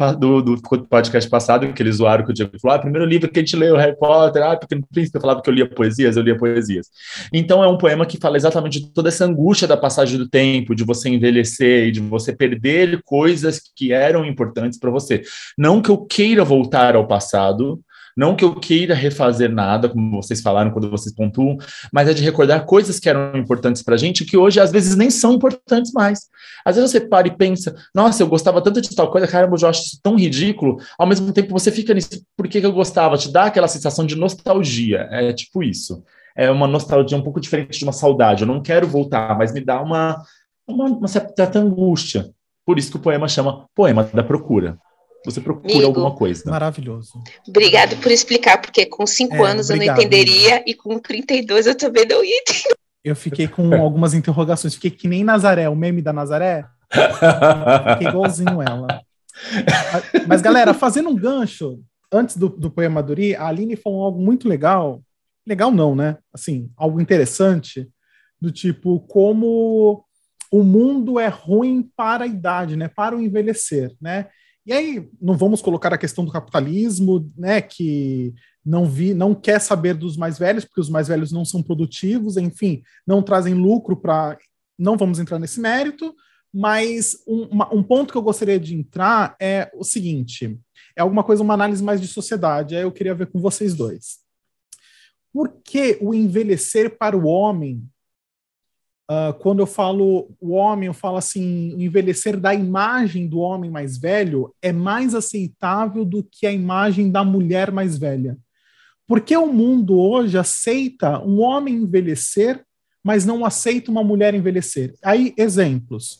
podcast passado, que eles zoaram, que o Diego falou, primeiro livro que a gente leu, Harry Potter, Pequeno Príncipe, eu falava que eu lia poesias. Então é um poema que fala exatamente de toda essa angústia da passagem do tempo, de você envelhecer e de você perder coisas que eram importantes para você. Não que eu queira voltar ao passado, não que eu queira refazer nada, como vocês falaram quando vocês pontuam, mas é de recordar coisas que eram importantes pra gente, que hoje às vezes nem são importantes mais. Às vezes você para e pensa, nossa, eu gostava tanto de tal coisa, caramba, eu acho isso tão ridículo, ao mesmo tempo você fica nisso, por que eu gostava? Te dá aquela sensação de nostalgia, é tipo isso. É uma nostalgia um pouco diferente de uma saudade, eu não quero voltar, mas me dá uma certa angústia. Por isso que o poema chama Poema da Procura. você procura Amigo, alguma coisa. Maravilhoso. Obrigado por explicar, porque com 5 anos eu não entenderia e com 32 eu também não ia entender. Eu fiquei com algumas interrogações. Fiquei que nem Nazaré, o meme da Nazaré. Fiquei igualzinho ela. Mas, galera, fazendo um gancho, antes do Poema Duri, a Aline falou algo muito legal. Legal não, né? Assim, algo interessante, do tipo, como o mundo é ruim para a idade, né? Para o envelhecer, né? E aí, não vamos colocar a questão do capitalismo, né? Que não quer saber dos mais velhos, porque os mais velhos não são produtivos, enfim, não trazem lucro para... Não vamos entrar nesse mérito, mas um ponto que eu gostaria de entrar é o seguinte, é alguma coisa, uma análise mais de sociedade, aí eu queria ver com vocês dois. Por que o envelhecer para o homem, quando eu falo o homem, eu falo assim, o envelhecer da imagem do homem mais velho é mais aceitável do que a imagem da mulher mais velha? Por que o mundo hoje aceita um homem envelhecer, mas não aceita uma mulher envelhecer? Aí, exemplos.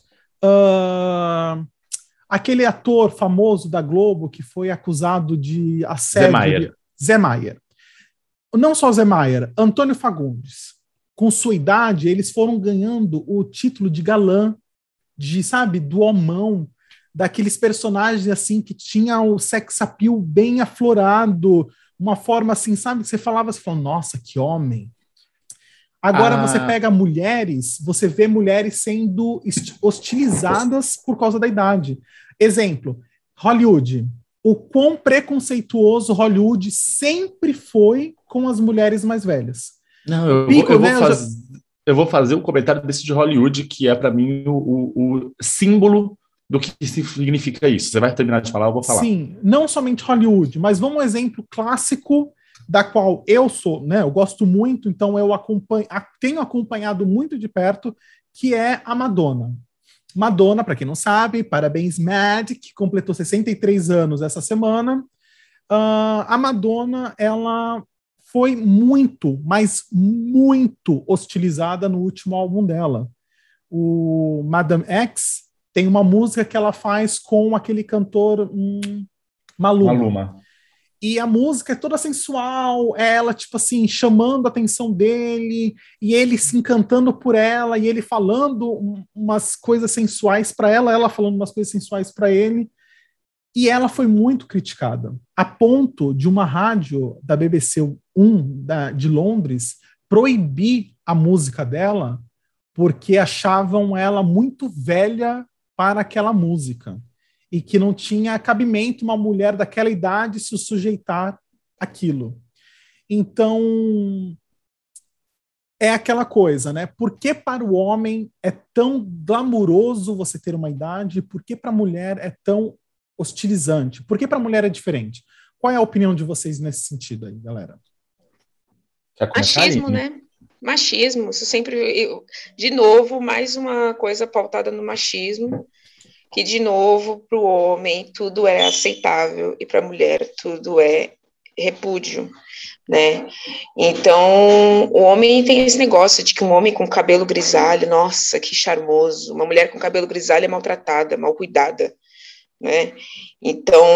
Aquele ator famoso da Globo que foi acusado de assédio... Zé Maier. Não só Zé Maier, Antônio Fagundes. Com sua idade, eles foram ganhando o título de galã, do homão, daqueles personagens assim que tinha o sex appeal bem aflorado, uma forma assim, que você falava, nossa, que homem. Agora você pega mulheres, você vê mulheres sendo hostilizadas por causa da idade. Exemplo, Hollywood. O quão preconceituoso Hollywood sempre foi com as mulheres mais velhas. Não, eu vou fazer um comentário desse de Hollywood, que é para mim o símbolo do que significa isso. Você vai terminar de falar, eu vou falar. Sim, não somente Hollywood, mas vamos um exemplo clássico da qual eu sou, né? Eu gosto muito, então eu tenho acompanhado muito de perto, que é a Madonna. Madonna, para quem não sabe, parabéns, Mad, que completou 63 anos essa semana. A Madonna, ela foi muito, mas muito hostilizada no último álbum dela. O Madame X tem uma música que ela faz com aquele cantor Maluma. E a música é toda sensual, é ela, tipo assim, chamando a atenção dele, e ele se encantando por ela, e ele falando umas coisas sensuais para ela falando umas coisas sensuais para ele. E ela foi muito criticada, a ponto de uma rádio da BBC 1 de Londres proibir a música dela, porque achavam ela muito velha para aquela música. E que não tinha cabimento uma mulher daquela idade se sujeitar àquilo. Então, é aquela coisa, né? Por que para o homem é tão glamuroso você ter uma idade? Por que para a mulher é tão hostilizante? Por que para a mulher é diferente? Qual é a opinião de vocês nesse sentido aí, galera? Machismo, né? Machismo. Isso sempre... de novo, mais uma coisa pautada no machismo. Que, de novo, para o homem tudo é aceitável e para a mulher tudo é repúdio, né? Então, o homem tem esse negócio de que um homem com cabelo grisalho, nossa, que charmoso. Uma mulher com cabelo grisalho é maltratada, mal cuidada, né? Então,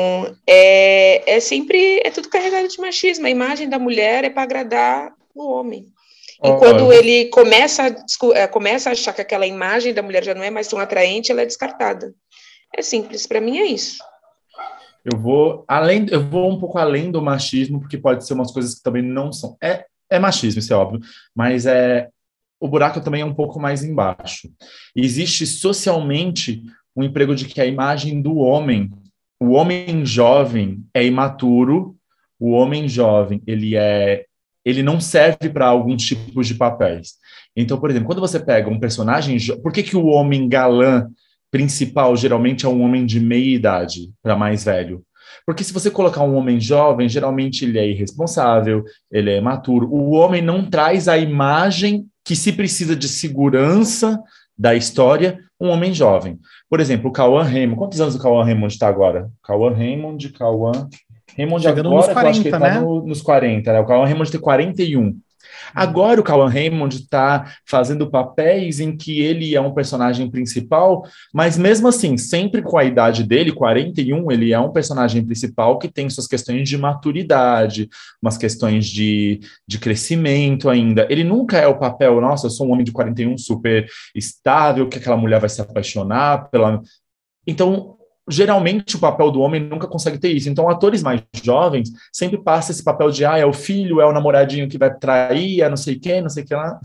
é tudo carregado de machismo. A imagem da mulher é para agradar o homem. E quando ele começa a achar que aquela imagem da mulher já não é mais tão atraente, ela é descartada. É simples, para mim é isso. Eu vou um pouco além do machismo, porque pode ser umas coisas que também não são. É machismo, isso é óbvio, mas o buraco também é um pouco mais embaixo. Existe socialmente um emprego de que a imagem do homem, o homem jovem é imaturo, o homem jovem, ele não serve para alguns tipos de papéis. Então, por exemplo, quando você pega um personagem... Por que o homem galã principal geralmente é um homem de meia idade para mais velho? Porque se você colocar um homem jovem, geralmente ele é irresponsável, ele é imaturo. O homem não traz a imagem que se precisa de segurança da história, um homem jovem. Por exemplo, o Cauã Raymond. Quantos anos o Cauã Raymond está agora? Cauã Raymond chegando agora, nos 40, eu acho que ele está nos 40, né? O Cauã Raymond tem 41. Agora o Cauan Raymond está fazendo papéis em que ele é um personagem principal, mas mesmo assim, sempre com a idade dele, 41, ele é um personagem principal que tem suas questões de maturidade, umas questões de crescimento ainda. Ele nunca é o papel, nossa, eu sou um homem de 41 super estável, que aquela mulher vai se apaixonar pela... Então, geralmente o papel do homem nunca consegue ter isso. Então, atores mais jovens sempre passam esse papel de é o filho, é o namoradinho que vai trair, é não sei quem, não sei o que lá.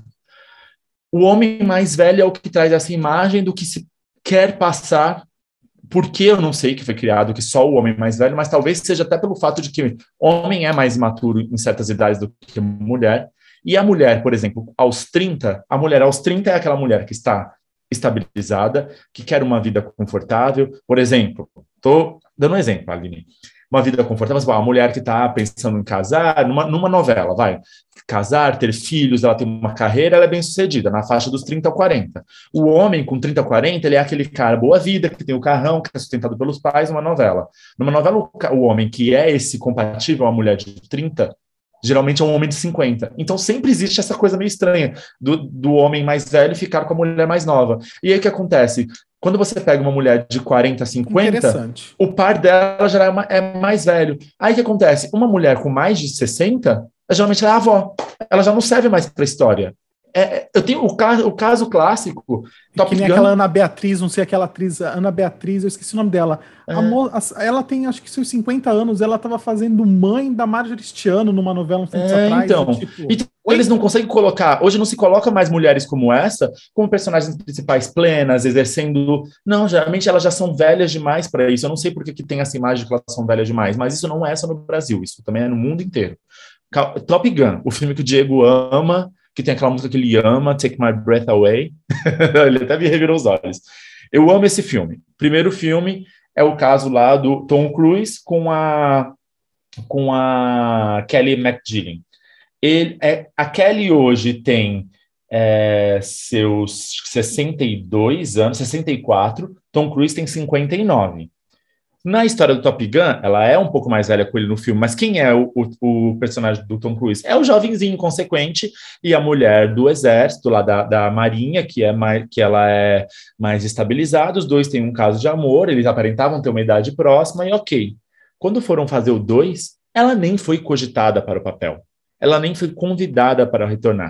O homem mais velho é o que traz essa imagem do que se quer passar, porque eu não sei que foi criado que só o homem mais velho, mas talvez seja até pelo fato de que homem é mais imaturo em certas idades do que mulher. E a mulher, por exemplo, aos 30, a mulher aos 30 é aquela mulher que está estabilizada, que quer uma vida confortável. Por exemplo, estou dando um exemplo, Aline. Uma vida confortável, a mulher que está pensando em casar, numa novela, vai casar, ter filhos, ela tem uma carreira, ela é bem-sucedida, na faixa dos 30 a 40. O homem com 30 a 40, ele é aquele cara boa vida, que tem o carrão, que é sustentado pelos pais, numa novela. Numa novela, o homem que é esse compatível à mulher de 30, geralmente é um homem de 50. Então sempre existe essa coisa meio estranha do homem mais velho ficar com a mulher mais nova. E aí o que acontece? Quando você pega uma mulher de 40, 50, o par dela já é mais velho. Aí o que acontece? Uma mulher com mais de 60, geralmente ela é avó. Ela já não serve mais para a história. Eu tenho o caso clássico. Que nem aquela Ana Beatriz, não sei, aquela atriz, Ana Beatriz, eu esqueci o nome dela. Ela tem, acho que seus 50 anos, ela estava fazendo mãe da Marjorie St. Ano numa novela uns tempos atrás. Então eles não conseguem colocar, hoje não se coloca mais mulheres como essa, como personagens principais plenas, exercendo... Não, geralmente elas já são velhas demais para isso. Eu não sei por que tem essa imagem de que elas são velhas demais, mas isso não é só no Brasil, isso também é no mundo inteiro. Top Gun, o filme que o Diego ama, que tem aquela música que ele ama, Take My Breath Away. Ele até me revirou os olhos. Eu amo esse filme. Primeiro filme é o caso lá do Tom Cruise com a Kelly McGillan. A Kelly hoje tem seus 62 anos, 64, Tom Cruise tem 59. Na história do Top Gun, ela é um pouco mais velha com ele no filme, mas quem é o personagem do Tom Cruise? É o jovenzinho inconsequente e a mulher do exército, lá da Marinha, que ela é mais estabilizada. Os dois têm um caso de amor, eles aparentavam ter uma idade próxima e ok. Quando foram fazer o 2, ela nem foi cogitada para o papel. Ela nem foi convidada para retornar.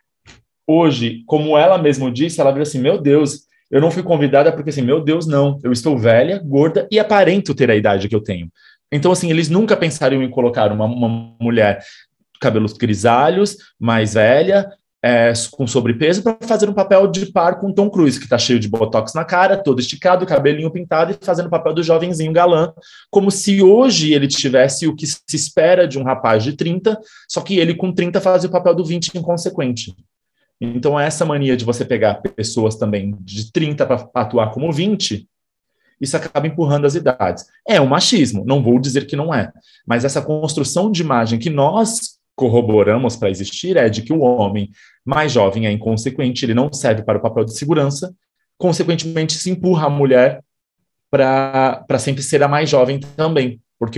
Hoje, como ela mesma disse, ela viu assim, meu Deus... Eu não fui convidada porque, assim, meu Deus, não. Eu estou velha, gorda e aparento ter a idade que eu tenho. Então, assim, eles nunca pensariam em colocar uma mulher cabelos grisalhos, mais velha, com sobrepeso, para fazer um papel de par com Tom Cruise, que está cheio de botox na cara, todo esticado, cabelinho pintado e fazendo o papel do jovenzinho galã, como se hoje ele tivesse o que se espera de um rapaz de 30, só que ele com 30 fazia o papel do 20 inconsequente. Então, essa mania de você pegar pessoas também de 30 para atuar como 20, isso acaba empurrando as idades. É um machismo, não vou dizer que não é, mas essa construção de imagem que nós corroboramos para existir é de que o homem mais jovem é inconsequente, ele não serve para o papel de segurança, consequentemente se empurra a mulher para sempre ser a mais jovem também, porque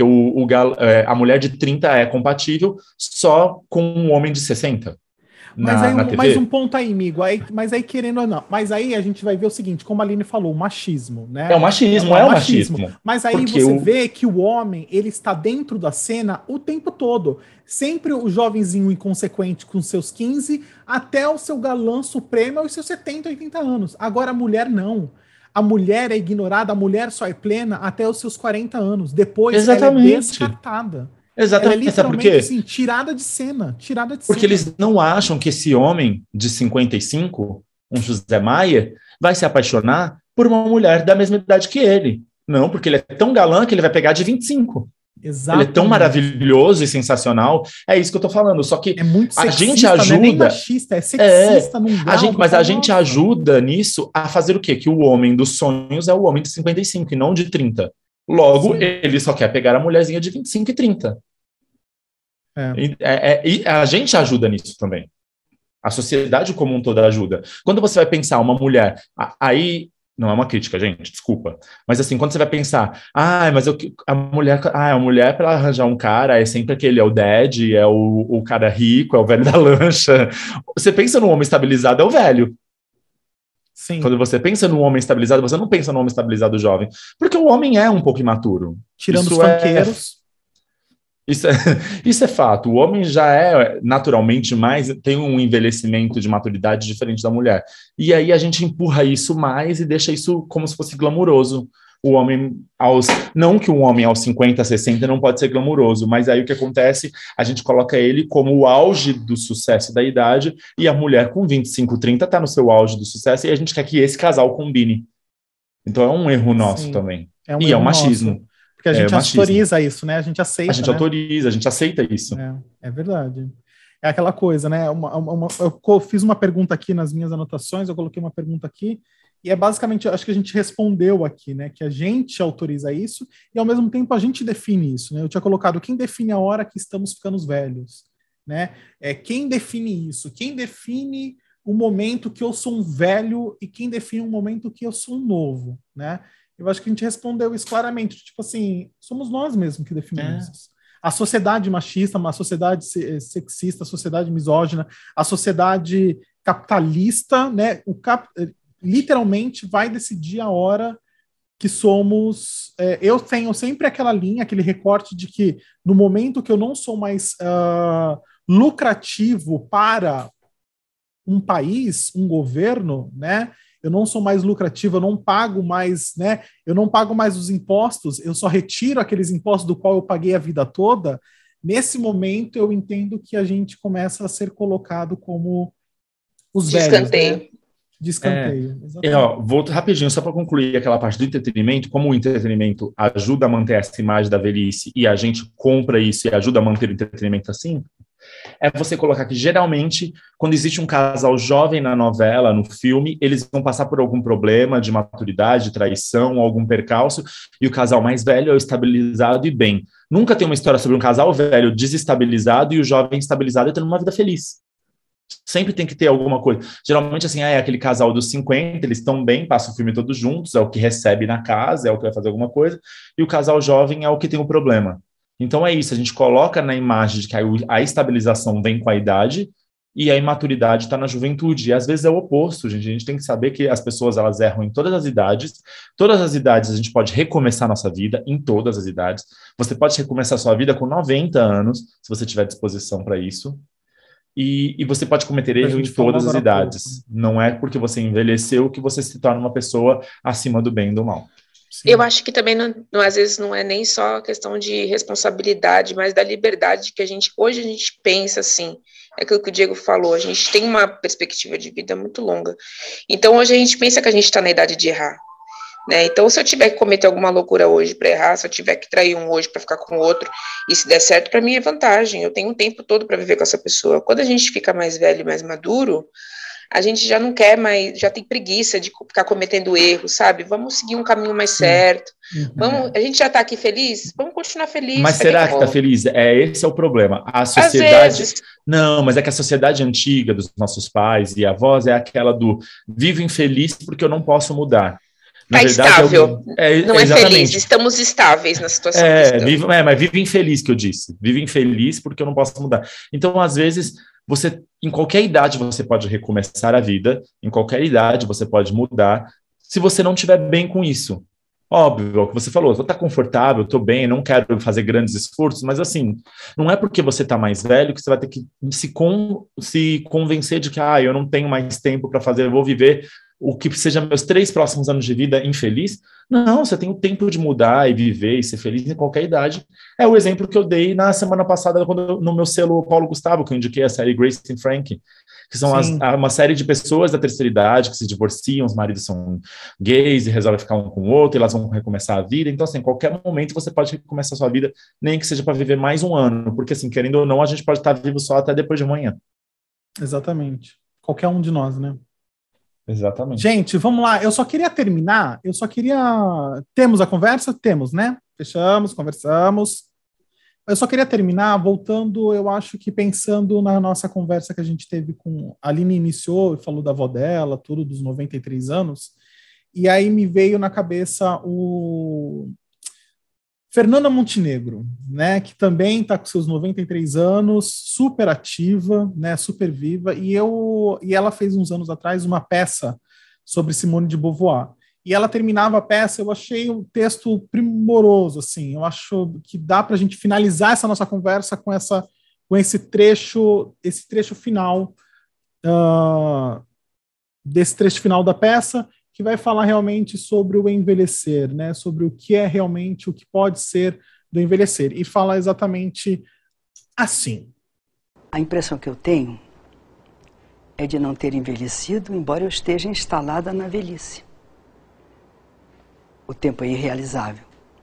a mulher de 30 é compatível só com um homem de 60. Mais um ponto aí, amigo. Mas aí, querendo ou não, mas aí a gente vai ver o seguinte, como a Aline falou, o machismo, né? É o machismo. Mas aí você vê que o homem, ele está dentro da cena o tempo todo. Sempre o jovenzinho inconsequente com seus 15, até o seu galã supremo aos seus 70, 80 anos. Agora a mulher não. A mulher é ignorada, a mulher só é plena até os seus 40 anos. Depois ela é descartada. Exatamente. Ela é literalmente assim, tirada de cena. Porque eles não acham que esse homem de 55, um José Maia, vai se apaixonar por uma mulher da mesma idade que ele. Não, porque ele é tão galã que ele vai pegar de 25. Exatamente. Ele é tão maravilhoso e sensacional. É isso que eu tô falando. Só que é muito sexista, a gente ajuda. Não é nem machista, é sexista num grau. Mas a gente ajuda nisso a fazer o quê? Que o homem dos sonhos é o homem de 55 e não de 30. Logo, ele só quer pegar a mulherzinha de 25 e 30. E a gente ajuda nisso também. A sociedade como um todo ajuda. Quando você vai pensar uma mulher, aí Não é uma crítica, gente, desculpa. Mas assim, quando você vai pensar, mas a mulher para ela arranjar um cara é sempre aquele, é o dad, é o cara rico, é o velho da lancha. Você pensa no homem estabilizado, é o velho. Sim. Quando você pensa no homem estabilizado, você não pensa no homem estabilizado jovem. Porque o homem é um pouco imaturo. Tirando os funkeiros. Isso é fato. O homem já é naturalmente tem um envelhecimento de maturidade diferente da mulher. E aí a gente empurra isso mais e deixa isso como se fosse glamuroso. O homem não que um homem aos 50, 60 não pode ser glamuroso, mas aí o que acontece? A gente coloca ele como o auge do sucesso da idade e a mulher com 25, 30 está no seu auge do sucesso e a gente quer que esse casal combine. Então é um erro nosso também. É um machismo. Nosso. Porque a gente autoriza isso, né? A gente aceita. A gente autoriza, a gente aceita isso. É verdade. É aquela coisa, né? Eu fiz uma pergunta aqui nas minhas anotações, eu coloquei uma pergunta aqui, e é basicamente, acho que a gente respondeu aqui, né? Que a gente autoriza isso, e ao mesmo tempo a gente define isso, né? Eu tinha colocado quem define a hora que estamos ficando velhos, né? Quem define isso? Quem define o momento que eu sou um velho e quem define o momento que eu sou um novo, né? Eu acho que a gente respondeu isso claramente. Tipo assim, somos nós mesmos que definimos isso. A sociedade machista, a sociedade sexista, a sociedade misógina, a sociedade capitalista, né? Literalmente vai decidir a hora que somos... eu tenho sempre aquela linha, aquele recorte de que no momento que eu não sou mais lucrativo para um país, um governo, né? Eu não sou mais lucrativo, eu não pago mais, né? Eu não pago mais os impostos, eu só retiro aqueles impostos do qual eu paguei a vida toda. Nesse momento, eu entendo que a gente começa a ser colocado como os velhos, né? De escanteio. Volto rapidinho, só para concluir aquela parte do entretenimento, como o entretenimento ajuda a manter essa imagem da velhice e a gente compra isso e ajuda a manter o entretenimento assim, é você colocar que, geralmente, quando existe um casal jovem na novela, no filme, eles vão passar por algum problema de maturidade, traição, algum percalço, e o casal mais velho é o estabilizado e bem. Nunca tem uma história sobre um casal velho desestabilizado e o jovem estabilizado tendo uma vida feliz. Sempre tem que ter alguma coisa. Geralmente, assim, é aquele casal dos 50, eles estão bem, passam o filme todos juntos, é o que recebe na casa, é o que vai fazer alguma coisa, e o casal jovem é o que tem o problema. Então é isso, a gente coloca na imagem de que a estabilização vem com a idade e a imaturidade está na juventude. E às vezes é o oposto, gente. A gente tem que saber que as pessoas elas erram em todas as idades. Todas as idades a gente pode recomeçar nossa vida, em todas as idades. Você pode recomeçar sua vida com 90 anos, se você tiver disposição para isso. E você pode cometer erro em todas as idades. Não é porque você envelheceu que você se torna uma pessoa acima do bem e do mal. Sim. Eu acho que também, às vezes, não é nem só questão de responsabilidade, mas da liberdade que hoje a gente pensa assim, é aquilo que o Diego falou, a gente tem uma perspectiva de vida muito longa, então hoje a gente pensa que a gente está na idade de errar, né? Então se eu tiver que cometer alguma loucura hoje para errar, se eu tiver que trair um hoje para ficar com o outro, e se der certo, para mim é vantagem, eu tenho um tempo todo para viver com essa pessoa. Quando a gente fica mais velho e mais maduro, a gente já não quer mais, já tem preguiça de ficar cometendo erros, sabe? Vamos seguir um caminho mais certo. A gente já está aqui feliz? Vamos continuar feliz. Mas será que está feliz? Esse é o problema. A sociedade... Não, mas é que a sociedade antiga dos nossos pais e avós é aquela do vivo infeliz porque eu não posso mudar. Está estável, não é feliz, estamos estáveis na situação. Mas vive infeliz que eu disse. Vive infeliz porque eu não posso mudar. Então, às vezes... Você, em qualquer idade, você pode recomeçar a vida, em qualquer idade você pode mudar, se você não estiver bem com isso. Óbvio, é o que você falou, eu estou confortável, estou bem, não quero fazer grandes esforços, mas assim, não é porque você está mais velho que você vai ter que se convencer de que eu não tenho mais tempo para fazer, eu vou viver o que seja meus 3 próximos anos de vida infeliz. Não, você tem o tempo de mudar e viver e ser feliz em qualquer idade. É o exemplo que eu dei na semana passada no meu selo Paulo Gustavo, que eu indiquei a série Grace and Frankie, que são uma série de pessoas da terceira idade que se divorciam, os maridos são gays e resolvem ficar um com o outro, e elas vão recomeçar a vida. Então, assim, em qualquer momento você pode recomeçar a sua vida, nem que seja para viver mais um ano, porque, assim, querendo ou não, a gente pode estar vivo só até depois de amanhã. Exatamente. Qualquer um de nós, né? Exatamente. Gente, vamos lá. Eu só queria terminar. Temos a conversa? Temos, né? Fechamos, conversamos. Eu só queria terminar voltando, eu acho que pensando na nossa conversa que a gente teve com... A Aline iniciou e falou da avó dela, tudo dos 93 anos. E aí me veio na cabeça o Fernanda Montenegro, né, que também está com seus 93 anos, super ativa, né, super viva, e ela fez uns anos atrás uma peça sobre Simone de Beauvoir. E ela terminava a peça, eu achei o texto primoroso, assim, eu acho que dá para a gente finalizar essa nossa conversa com esse trecho final, desse trecho final da peça, que vai falar realmente sobre o envelhecer, né? Sobre o que é realmente, o que pode ser do envelhecer. E fala exatamente assim. A impressão que eu tenho é de não ter envelhecido, embora eu esteja instalada na velhice. O tempo é irrealizável.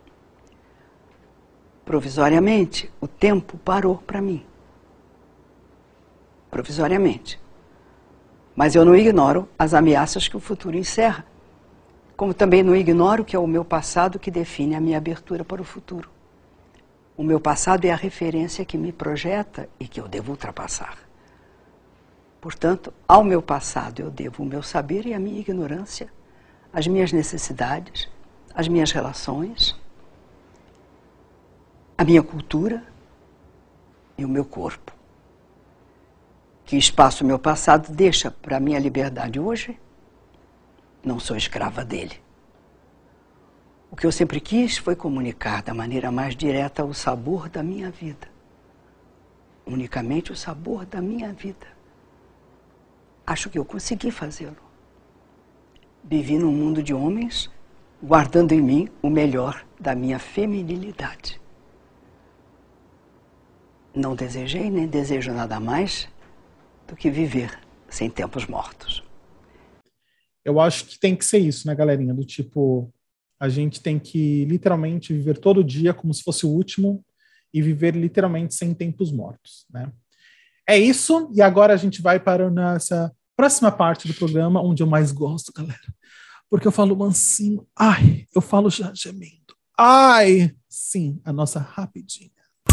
Provisoriamente, o tempo parou para mim. Provisoriamente. Mas eu não ignoro as ameaças que o futuro encerra, como também não ignoro que é o meu passado que define a minha abertura para o futuro. O meu passado é a referência que me projeta e que eu devo ultrapassar. Portanto, ao meu passado eu devo o meu saber e a minha ignorância, as minhas necessidades, as minhas relações, a minha cultura e o meu corpo. Que espaço o meu passado deixa para a minha liberdade hoje? Não sou escrava dele. O que eu sempre quis foi comunicar da maneira mais direta o sabor da minha vida. Unicamente o sabor da minha vida. Acho que eu consegui fazê-lo. Vivi num mundo de homens, guardando em mim o melhor da minha feminilidade. Não desejei nem desejo nada mais do que viver sem tempos mortos. Eu acho que tem que ser isso, né, galerinha? Do tipo, a gente tem que literalmente viver todo dia como se fosse o último e viver literalmente sem tempos mortos, né? É isso, e agora a gente vai para essa próxima parte do programa, onde eu mais gosto, galera. Porque eu falo mansinho, ai, eu falo já gemendo. Ai, sim, a nossa rapidinha.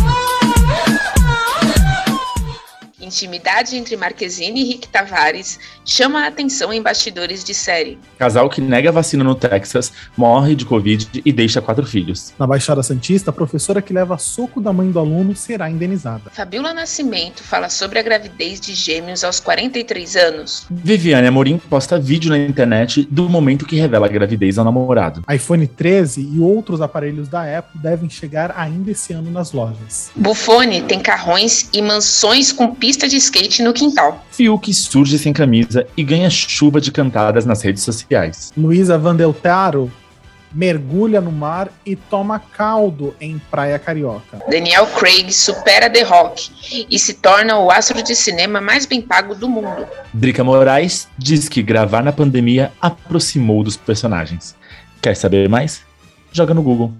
Intimidade entre Marquezine e Rick Tavares chama a atenção em bastidores de série. Casal que nega vacina no Texas morre de Covid e deixa 4 filhos. Na Baixada Santista, a professora que leva soco da mãe do aluno será indenizada. Fabiola Nascimento fala sobre a gravidez de gêmeos aos 43 anos. Viviane Amorim posta vídeo na internet do momento que revela a gravidez ao namorado. iPhone 13 e outros aparelhos da Apple devem chegar ainda esse ano nas lojas. Buffoni tem carrões e mansões com pista de skate no quintal. Fiuk surge sem camisa e ganha chuva de cantadas nas redes sociais. Luísa Vandeltaro mergulha no mar e toma caldo em Praia Carioca. Daniel Craig supera The Rock e se torna o astro de cinema mais bem pago do mundo. Drica Moraes diz que gravar na pandemia aproximou dos personagens. Quer saber mais? Joga no Google.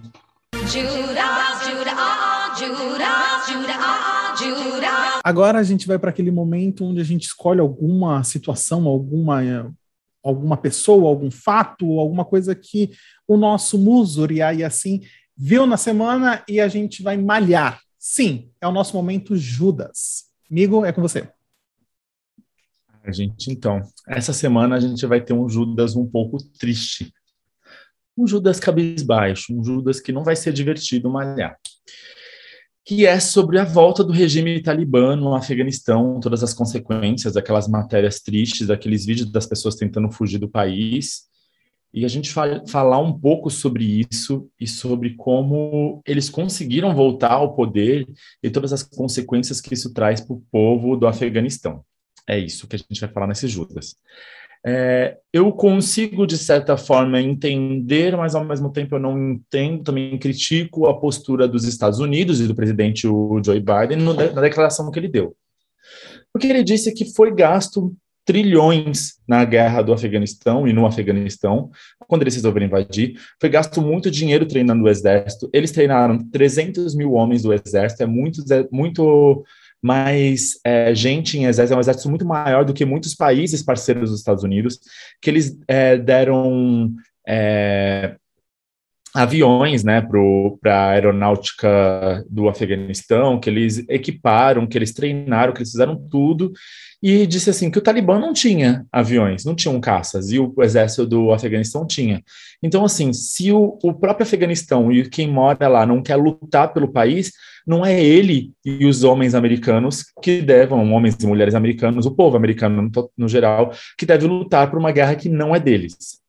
Agora a gente vai para aquele momento onde a gente escolhe alguma situação, alguma pessoa, algum fato, alguma coisa que o nosso muso e assim viu na semana e a gente vai malhar. Sim, é o nosso momento Judas. Amigo, é com você. Gente, então, essa semana a gente vai ter um Judas um pouco triste. Um Judas cabisbaixo, um Judas que não vai ser divertido malhar. Que é sobre a volta do regime talibã no Afeganistão, todas as consequências, aquelas matérias tristes, aqueles vídeos das pessoas tentando fugir do país, e a gente falar um pouco sobre isso e sobre como eles conseguiram voltar ao poder e todas as consequências que isso traz para o povo do Afeganistão. É isso que a gente vai falar nesse Judas. Eu consigo, de certa forma, entender, mas ao mesmo tempo eu não entendo, também critico a postura dos Estados Unidos e do presidente Joe Biden na declaração que ele deu. Porque ele disse que foi gasto trilhões na guerra do Afeganistão e no Afeganistão, quando eles resolveram invadir, foi gasto muito dinheiro treinando o exército, eles treinaram 300 mil homens do exército, é muito mais gente em exército, é um exército muito maior do que muitos países parceiros dos Estados Unidos, que eles deram aviões, né, para a aeronáutica do Afeganistão, que eles equiparam, que eles treinaram, que eles fizeram tudo, e disse assim que o Talibã não tinha aviões, não tinham caças, e o exército do Afeganistão tinha. Então, assim, se o próprio Afeganistão e quem mora lá não quer lutar pelo país, não é ele e os homens americanos que devem, homens e mulheres americanos, o povo americano no geral, que deve lutar por uma guerra que não é deles.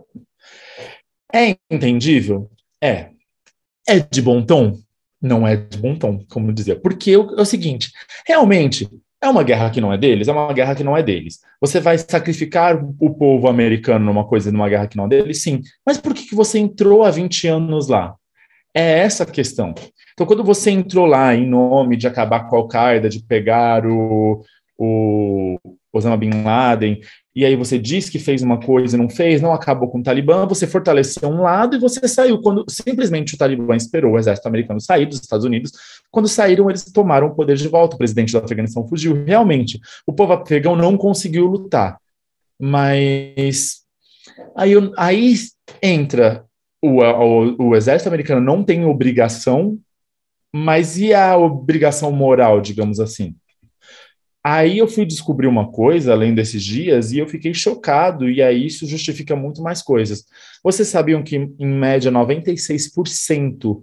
É entendível? É. É de bom tom? Não é de bom tom, como dizia. Porque é o seguinte, realmente, é uma guerra que não é deles? É uma guerra que não é deles. Você vai sacrificar o povo americano numa coisa, numa guerra que não é deles? Sim. Mas por que você entrou há 20 anos lá? É essa a questão. Então, quando você entrou lá em nome de acabar com a Al-Qaeda, de pegar o Osama Bin Laden, e aí você diz que fez uma coisa e não fez, não acabou com o Talibã, você fortaleceu um lado e você saiu. Quando simplesmente o Talibã esperou o exército americano sair dos Estados Unidos, quando saíram, eles tomaram o poder de volta. O presidente do Afeganistão fugiu. Realmente, o povo afegão não conseguiu lutar. Mas aí entra o exército americano não tem obrigação, mas e a obrigação moral, digamos assim? Aí eu fui descobrir uma coisa, além desses dias, e eu fiquei chocado, e aí isso justifica muito mais coisas. Vocês sabiam que, em média, 96%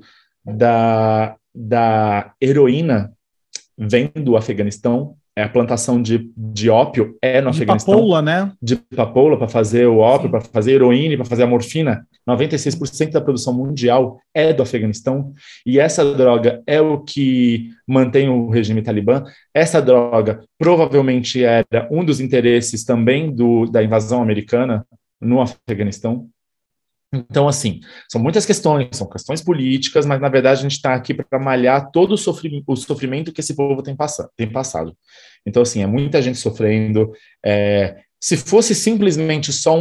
da heroína vem do Afeganistão? A plantação de ópio é no De Afeganistão? papoula, né? De papoula para fazer o ópio, Sim. para fazer heroína, para fazer a morfina. 96% da produção mundial é do Afeganistão, e essa droga é o que mantém o regime talibã. Essa droga provavelmente era um dos interesses também da invasão americana no Afeganistão. Então, assim, são muitas questões, são questões políticas, mas na verdade a gente está aqui para malhar todo o sofrimento que esse povo tem passado. Então, assim, é muita gente sofrendo. Se fosse simplesmente só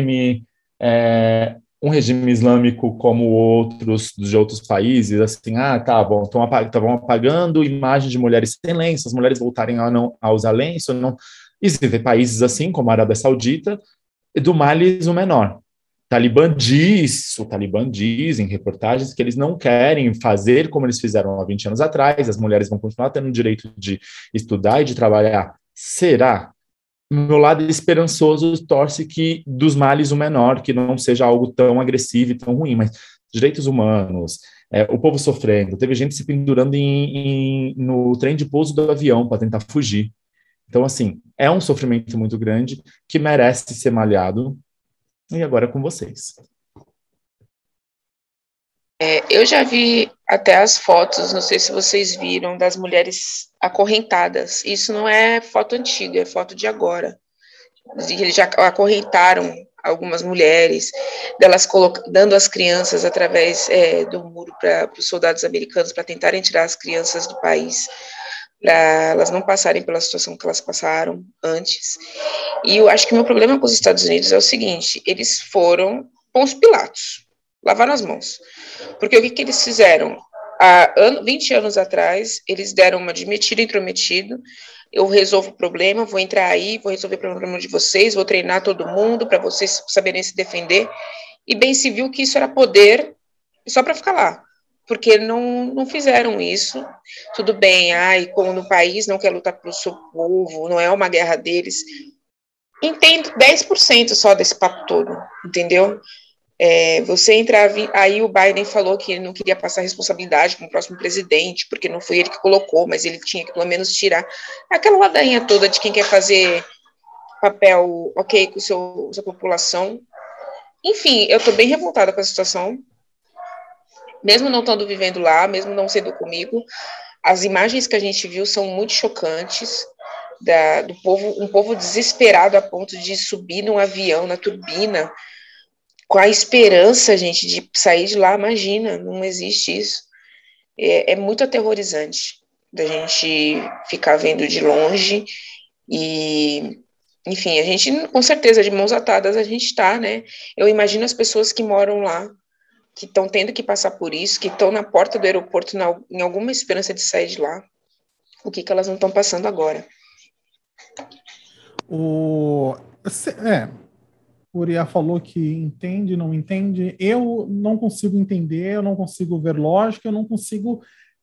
um regime islâmico como outros de outros países, assim, tá bom, estavam apagando imagens de mulheres sem lenço, as mulheres voltarem a usar lenço, não. Existem países assim, como a Arábia Saudita, do males o menor. O Talibã diz em reportagens que eles não querem fazer como eles fizeram há 20 anos atrás, as mulheres vão continuar tendo o direito de estudar e de trabalhar. Será? Meu lado esperançoso torce que dos males o menor, que não seja algo tão agressivo e tão ruim, mas direitos humanos, o povo sofrendo, teve gente se pendurando no trem de pouso do avião para tentar fugir. Então, assim, é um sofrimento muito grande que merece ser malhado. E agora é com vocês. Eu já vi até as fotos, não sei se vocês viram, das mulheres acorrentadas. Isso não é foto antiga, é foto de agora. Eles já acorrentaram algumas mulheres, delas dando as crianças através do muro para os soldados americanos, para tentarem tirar as crianças do país, para elas não passarem pela situação que elas passaram antes. E eu acho que o meu problema com os Estados Unidos é o seguinte: eles foram Pôncio Pilatos, lavaram as mãos. Porque o que eles fizeram? Há 20 anos atrás, eles deram uma de metido e intrometido. Eu resolvo o problema, vou entrar aí, vou resolver o problema de vocês, vou treinar todo mundo para vocês saberem se defender. E bem se viu que isso era poder só para ficar lá. Porque não fizeram isso. Tudo bem, como no país não quer lutar pelo seu povo, não é uma guerra deles. Entendo 10% só desse papo todo, entendeu? Você entrar, aí o Biden falou que ele não queria passar responsabilidade com o próximo presidente, porque não foi ele que colocou, mas ele tinha que pelo menos tirar aquela ladainha toda de quem quer fazer papel ok com sua população. Enfim, eu tô bem revoltada com a situação, mesmo não estando vivendo lá, mesmo não sendo comigo. As imagens que a gente viu são muito chocantes, do povo, um povo desesperado a ponto de subir num avião, na turbina, com a esperança, gente, de sair de lá. Imagina, não existe isso. É muito aterrorizante da gente ficar vendo de longe e, enfim, a gente, com certeza, de mãos atadas a gente está, né? Eu imagino as pessoas que moram lá, que estão tendo que passar por isso, que estão na porta do aeroporto em alguma esperança de sair de lá. O que elas não estão passando agora? Uriah falou que entende, não entende. Eu não consigo entender, eu não consigo ver lógica, eu não consigo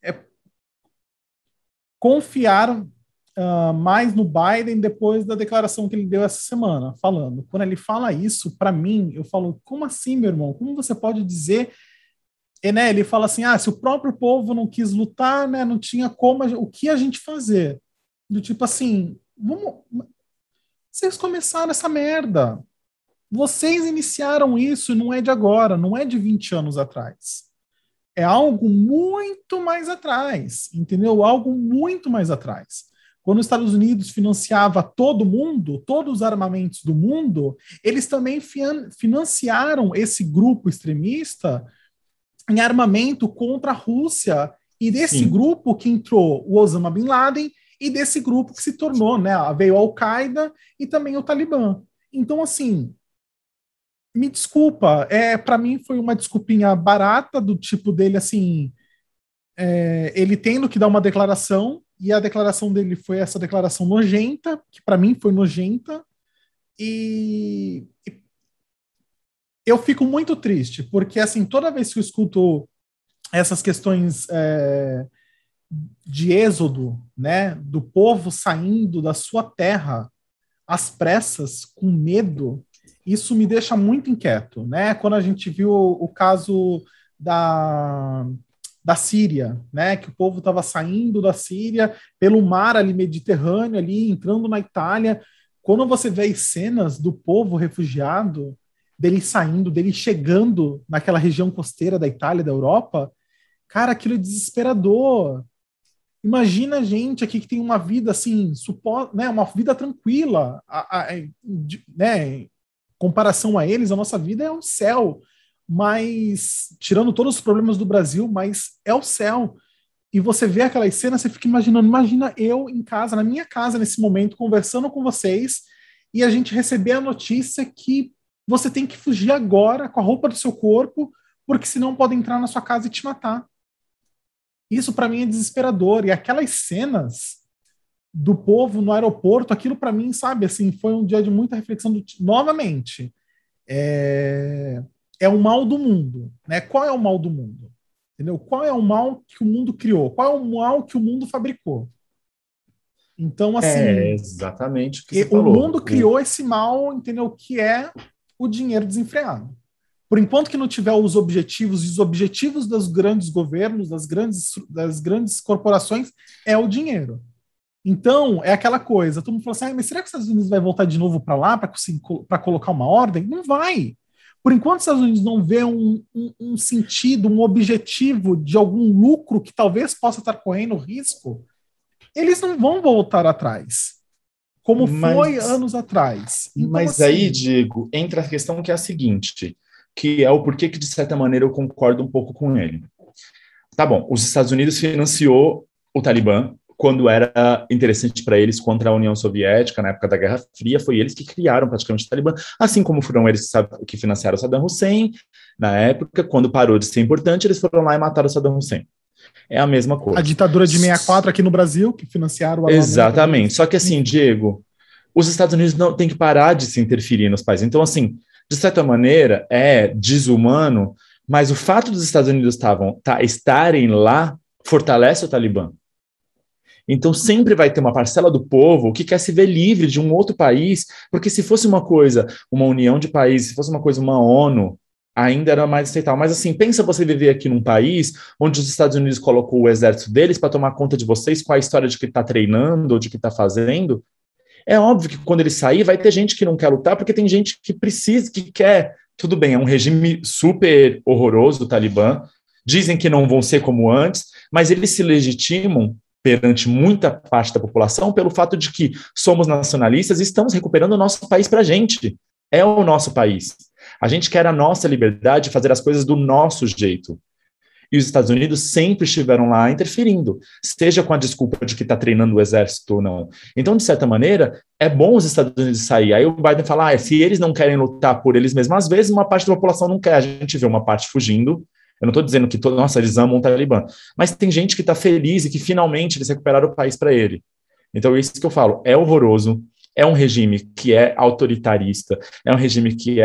confiar mais no Biden depois da declaração que ele deu essa semana, falando. Quando ele fala isso, para mim, eu falo, como assim, meu irmão? Como você pode dizer... né, ele fala assim, se o próprio povo não quis lutar, né, não tinha como, o que a gente fazer? Do tipo assim, vocês começaram essa merda. Vocês iniciaram isso, não é de agora, não é de 20 anos atrás. É algo muito mais atrás, entendeu? Algo muito mais atrás. Quando os Estados Unidos financiava todo mundo, todos os armamentos do mundo, eles também financiaram esse grupo extremista em armamento contra a Rússia, e desse grupo que entrou o Osama Bin Laden, e desse grupo que se tornou, né, veio a Al-Qaeda e também o Talibã. Então, assim, me desculpa, para mim foi uma desculpinha barata, do tipo dele, assim, ele tendo que dar uma declaração, e a declaração dele foi essa declaração nojenta, que para mim foi nojenta, e eu fico muito triste, porque, assim, toda vez que eu escuto essas questões de êxodo, né, do povo saindo da sua terra às pressas, com medo, isso me deixa muito inquieto, né? Quando a gente viu o caso da Síria, né, que o povo estava saindo da Síria pelo mar ali Mediterrâneo, ali entrando na Itália, quando você vê as cenas do povo refugiado, dele saindo, dele chegando naquela região costeira da Itália, da Europa, cara, aquilo é desesperador. Imagina a gente aqui que tem uma vida assim, né, uma vida tranquila, né, em comparação a eles, a nossa vida é um céu, mas tirando todos os problemas do Brasil, mas é o céu. E você vê aquelas cenas, você fica imaginando, imagina eu em casa, na minha casa nesse momento, conversando com vocês, e a gente receber a notícia que você tem que fugir agora com a roupa do seu corpo, porque senão podem entrar na sua casa e te matar. Isso para mim é desesperador. E aquelas cenas do povo no aeroporto, aquilo para mim, sabe, assim, foi um dia de muita reflexão. Novamente, é o mal do mundo, né? Qual é o mal do mundo? Entendeu? Qual é o mal que o mundo criou? Qual é o mal que o mundo fabricou? Então, assim... exatamente o que você falou. O mundo criou esse mal, entendeu? Que é o dinheiro desenfreado. Por enquanto que não tiver os objetivos, e os objetivos dos grandes governos, das grandes corporações, é o dinheiro. Então, é aquela coisa, todo mundo fala assim, mas será que os Estados Unidos vai voltar de novo para lá para colocar uma ordem? Não vai. Por enquanto os Estados Unidos não vê um sentido, um objetivo de algum lucro que talvez possa estar correndo risco, eles não vão voltar atrás, como foi anos atrás. Então, mas assim, aí, Diego, entra a questão que é a seguinte, que é o porquê que, de certa maneira, eu concordo um pouco com ele. Tá bom, os Estados Unidos financiou o Talibã quando era interessante para eles contra a União Soviética, na época da Guerra Fria, foi eles que criaram praticamente o Talibã, assim como foram eles que financiaram o Saddam Hussein, na época, quando parou de ser importante, eles foram lá e mataram o Saddam Hussein. É a mesma coisa. A ditadura de 64 aqui no Brasil, que financiaram o armamento. Exatamente, só que assim, Diego, os Estados Unidos não têm que parar de se interferir nos países. Então, assim, de certa maneira, é desumano, mas o fato dos Estados Unidos estarem lá fortalece o Talibã. Então, sempre vai ter uma parcela do povo que quer se ver livre de um outro país, porque se fosse uma coisa, uma união de países, se fosse uma coisa, uma ONU, ainda era mais aceitável. Mas, assim, pensa você viver aqui num país onde os Estados Unidos colocou o exército deles para tomar conta de vocês, com a história de que está treinando ou de que está fazendo. É óbvio que quando ele sair, vai ter gente que não quer lutar, porque tem gente que precisa, que quer. Tudo bem, é um regime super horroroso, o Talibã. Dizem que não vão ser como antes, mas eles se legitimam perante muita parte da população pelo fato de que somos nacionalistas e estamos recuperando o nosso país para a gente. É o nosso país. A gente quer a nossa liberdade de fazer as coisas do nosso jeito. E os Estados Unidos sempre estiveram lá interferindo, seja com a desculpa de que está treinando o exército ou não. Então, de certa maneira, é bom os Estados Unidos sair. Aí o Biden fala, se eles não querem lutar por eles mesmos, às vezes uma parte da população não quer. A gente vê uma parte fugindo. Eu não estou dizendo que, nossa, eles amam o Talibã. Mas tem gente que está feliz e que finalmente eles recuperaram o país para ele. Então, isso que eu falo, é horroroso. é um regime que é autoritarista, é um regime que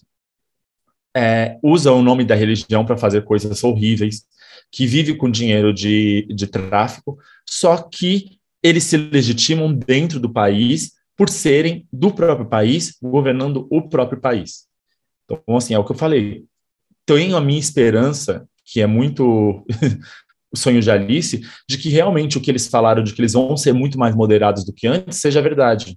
usa o nome da religião para fazer coisas horríveis, que vive com dinheiro de tráfico, só que eles se legitimam dentro do país por serem do próprio país, governando o próprio país. Então, assim, é o que eu falei. Tenho a minha esperança, que é muito o sonho de Alice, de que realmente o que eles falaram, de que eles vão ser muito mais moderados do que antes, seja verdade.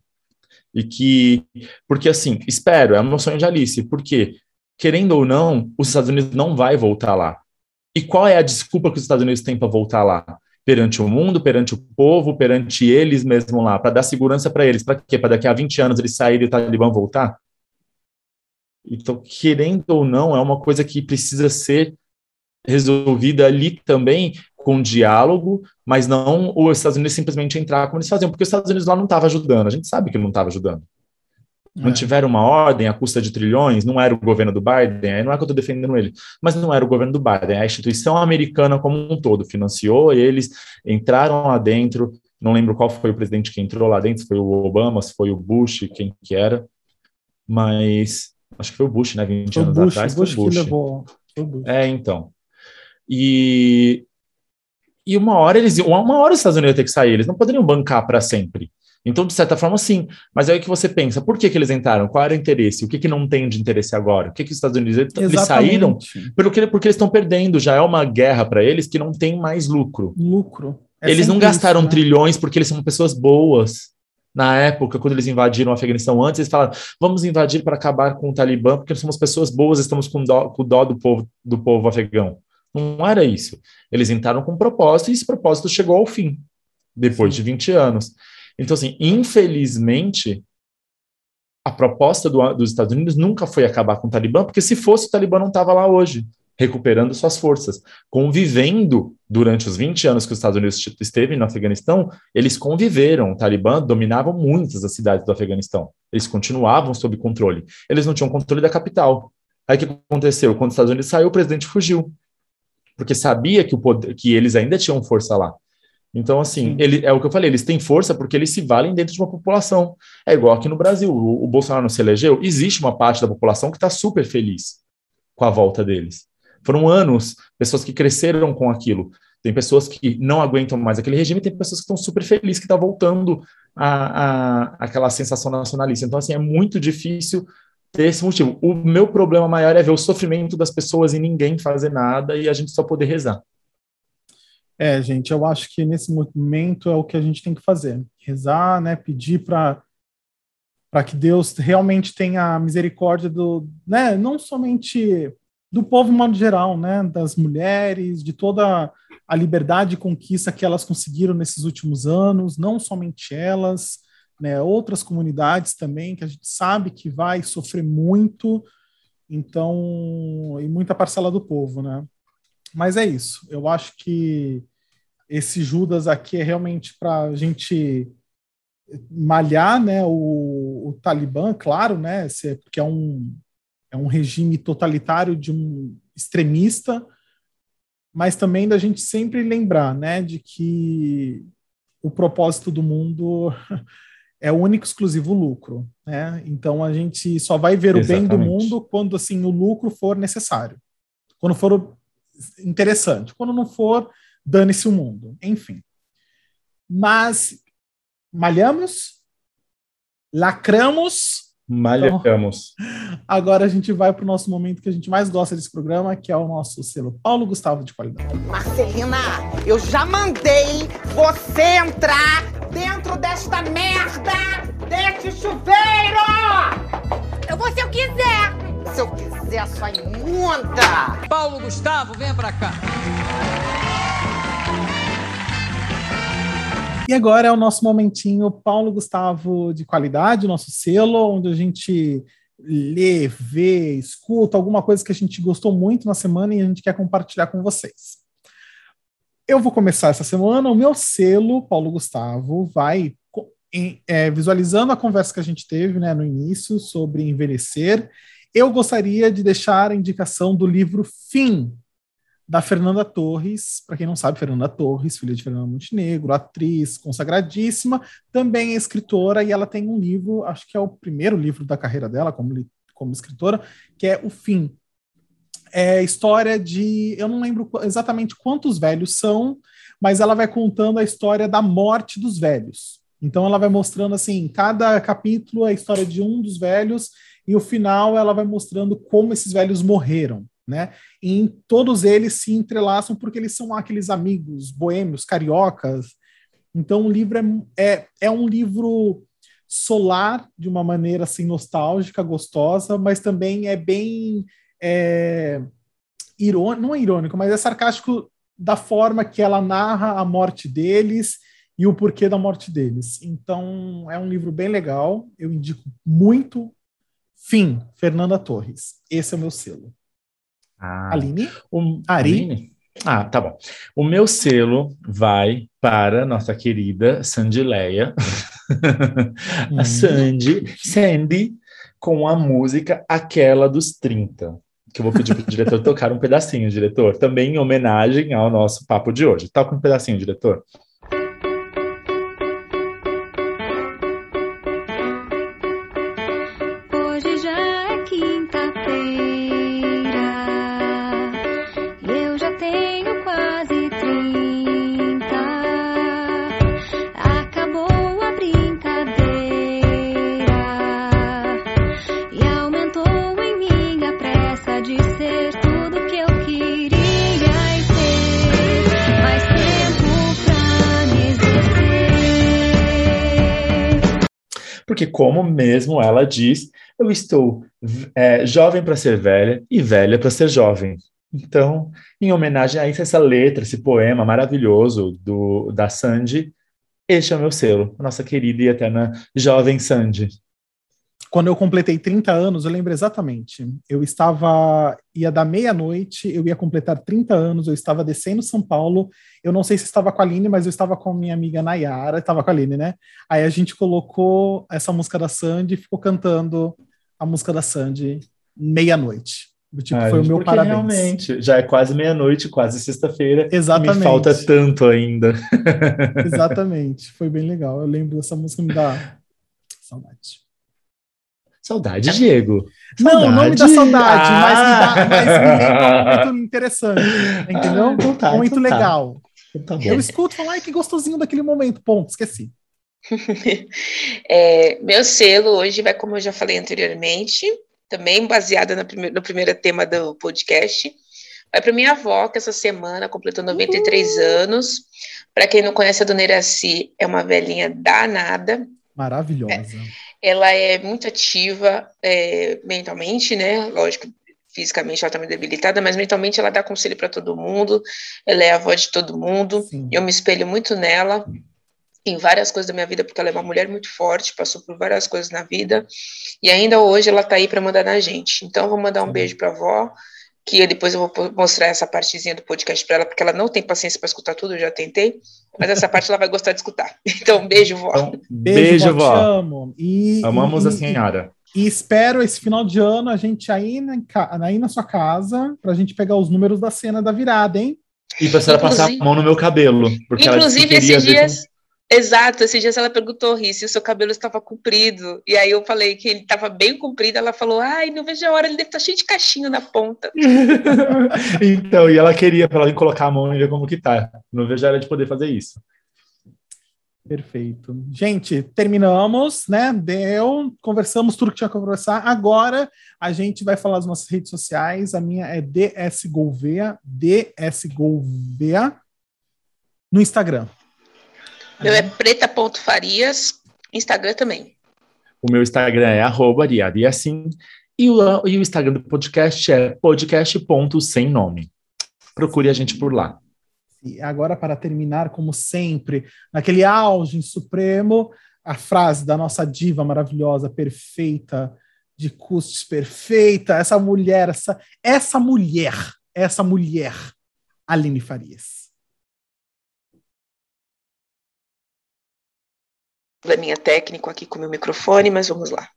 Porque assim, espero, é o meu sonho de Alice, porque, querendo ou não, os Estados Unidos não vai voltar lá. E qual é a desculpa que os Estados Unidos têm para voltar lá? Perante o mundo, perante o povo, perante eles mesmo lá, para dar segurança para eles. Para quê? Para daqui a 20 anos eles saírem e o Talibã voltar? Então, querendo ou não, é uma coisa que precisa ser resolvida ali também com diálogo, mas não os Estados Unidos simplesmente entrar como eles faziam, porque os Estados Unidos lá não estavam ajudando, a gente sabe que ele não estava ajudando. Mantiveram uma ordem à custa de trilhões, não era o governo do Biden, aí não é que eu estou defendendo ele, mas não era o governo do Biden, a instituição americana como um todo financiou eles, entraram lá dentro, não lembro qual foi o presidente que entrou lá dentro, se foi o Obama, se foi o Bush, quem que era, mas acho que foi o Bush, né, 20 anos atrás, foi o Bush. Que levou. Então. E uma hora os Estados Unidos iam ter que sair, eles não poderiam bancar para sempre. Então, de certa forma, sim. Mas aí que você pensa, por que eles entraram? Qual era o interesse? O que não tem de interesse agora? O que os Estados Unidos eles saíram? Porque eles estão perdendo. Já é uma guerra para eles que não tem mais lucro. Eles não gastaram isso, né? Trilhões porque eles são pessoas boas. Na época, quando eles invadiram o Afeganistão antes, eles falaram, vamos invadir para acabar com o Talibã, porque somos pessoas boas, estamos com dó do povo afegão. Não era isso. Eles entraram com um propósito e esse propósito chegou ao fim, depois de 20 anos. Então, assim, infelizmente, a proposta dos Estados Unidos nunca foi acabar com o Talibã, porque se fosse, o Talibã não estava lá hoje, recuperando suas forças. Convivendo durante os 20 anos que os Estados Unidos esteve no Afeganistão, eles conviveram. O Talibã dominava muitas das cidades do Afeganistão. Eles continuavam sob controle. Eles não tinham controle da capital. Aí o que aconteceu? Quando os Estados Unidos saiu, o presidente fugiu, porque sabia que eles ainda tinham força lá. Então, assim, é o que eu falei, eles têm força porque eles se valem dentro de uma população. É igual aqui no Brasil, o Bolsonaro não se elegeu, existe uma parte da população que está super feliz com a volta deles. Foram anos, pessoas que cresceram com aquilo. Tem pessoas que não aguentam mais aquele regime, tem pessoas que estão super felizes que está voltando aquela sensação nacionalista. Então, assim, é muito difícil ter esse motivo. O meu problema maior é ver o sofrimento das pessoas e ninguém fazer nada e a gente só poder rezar. Gente, eu acho que nesse momento é o que a gente tem que fazer. Rezar, né, pedir para que Deus realmente tenha misericórdia né, não somente do povo de modo geral, né, das mulheres, de toda a liberdade e conquista que elas conseguiram nesses últimos anos, não somente elas, né, outras comunidades também, que a gente sabe que vai sofrer muito, então, e muita parcela do povo, né? Mas é isso. Eu acho que esse Judas aqui é realmente para a gente malhar, né, o Talibã, claro, né, porque é um regime totalitário de um extremista, mas também da gente sempre lembrar, né, de que o propósito do mundo é o único exclusivo lucro, né? Então a gente só vai ver o bem do mundo quando assim o lucro for necessário, quando for interessante, quando não for, dane-se o mundo, enfim. Mas malhamos, lacramos. Malhamos. Então, agora a gente vai para o nosso momento que a gente mais gosta desse programa, que é o nosso selo Paulo Gustavo de qualidade. Marcelina, eu já mandei você entrar dentro desta merda, deste chuveiro! Eu vou se eu quiser! Se eu quiser, sua imunda! Paulo Gustavo, venha pra cá. E agora é o nosso momentinho Paulo Gustavo de qualidade, nosso selo, onde a gente lê, vê, escuta alguma coisa que a gente gostou muito na semana e a gente quer compartilhar com vocês. Eu vou começar essa semana, o meu selo, Paulo Gustavo, vai visualizando a conversa que a gente teve, né, no início sobre envelhecer. Eu gostaria de deixar a indicação do livro Fim, da Fernanda Torres. Para quem não sabe, Fernanda Torres, filha de Fernanda Montenegro, atriz consagradíssima, também é escritora, e ela tem um livro, acho que é o primeiro livro da carreira dela como escritora, que é O Fim. É história de... Eu não lembro exatamente quantos velhos são, mas ela vai contando a história da morte dos velhos. Então ela vai mostrando, assim, cada capítulo é a história de um dos velhos, e o final ela vai mostrando como esses velhos morreram, né? E todos eles se entrelaçam porque eles são aqueles amigos boêmios, cariocas. Então o livro é um livro solar, de uma maneira assim nostálgica, gostosa, mas também é bem irônico, não é irônico, mas é sarcástico da forma que ela narra a morte deles e o porquê da morte deles. Então é um livro bem legal, eu indico muito. Fim, Fernanda Torres. Esse é o meu selo. Aline? Ari? Aline? Tá bom. O meu selo vai para nossa querida Sandileia. A Sandy, com a música Aquela dos 30. Que eu vou pedir para o diretor tocar um pedacinho, diretor. Também em homenagem ao nosso papo de hoje. Toca um pedacinho, diretor. Porque, como mesmo ela diz, eu estou jovem para ser velha e velha para ser jovem. Então, em homenagem a isso, essa letra, esse poema maravilhoso da Sandy, este é o meu selo, a nossa querida e eterna jovem Sandy. Quando eu completei 30 anos, eu lembro exatamente. Ia dar meia-noite, eu ia completar 30 anos, eu estava descendo São Paulo. Eu não sei se estava com a Aline, mas eu estava com a minha amiga Nayara, estava com a Aline, né? Aí a gente colocou essa música da Sandy e ficou cantando a música da Sandy meia-noite. Foi o meu parabéns. Realmente, já é quase meia-noite, quase sexta-feira. Exatamente. Me falta tanto ainda. Exatamente, foi bem legal. Eu lembro dessa música, me dá saudade. Saudade, Diego. Não me dá saudade, mas me lembra um momento interessante, entendeu? Então muito legal. Tá bom. Eu escuto falar, que gostosinho daquele momento. Ponto, esqueci. Meu selo hoje vai, como eu já falei anteriormente, também baseada no primeiro tema do podcast, vai para minha avó, que essa semana completou 93 anos. Para quem não conhece, a Dona Iraci é uma velhinha danada. Maravilhosa. Ela é muito ativa mentalmente, né? Lógico, fisicamente ela está muito debilitada, mas mentalmente ela dá conselho para todo mundo, ela é a avó de todo mundo. Sim. Eu me espelho muito nela, em várias coisas da minha vida, porque ela é uma mulher muito forte, passou por várias coisas na vida, e ainda hoje ela está aí para mandar na gente. Então, eu vou mandar um beijo para a avó, que depois eu vou mostrar essa partezinha do podcast para ela, porque ela não tem paciência para escutar tudo, eu já tentei, mas essa parte ela vai gostar de escutar. Então, beijo, vó. Então, beijo, vó. Te amo. Amamos a senhora. E espero esse final de ano a gente aí na sua casa, pra gente pegar os números da cena da virada, hein? E pra senhora passar a mão no meu cabelo. Porque inclusive, esses dias... Exato, esses dias ela perguntou, Rì, se o seu cabelo estava comprido, e aí eu falei que ele estava bem comprido, ela falou, ai, não vejo a hora, ele deve estar cheio de cachinho na ponta. Então, e ela queria para ela colocar a mão e ver como que tá, não vejo a hora de poder fazer isso. Perfeito. Gente, terminamos, né? Conversamos tudo que tinha que conversar. Agora a gente vai falar das nossas redes sociais. A minha é dsgouveia no Instagram. Meu é preta.farias, Instagram também. O meu Instagram é @ariadiassim e o Instagram do podcast é podcast.semnome. Procure a gente por lá. E agora, para terminar, como sempre, naquele auge supremo, a frase da nossa diva maravilhosa, perfeita, de custos perfeita, essa mulher, Aline Farias. Probleminha técnico aqui com o meu microfone, mas vamos lá.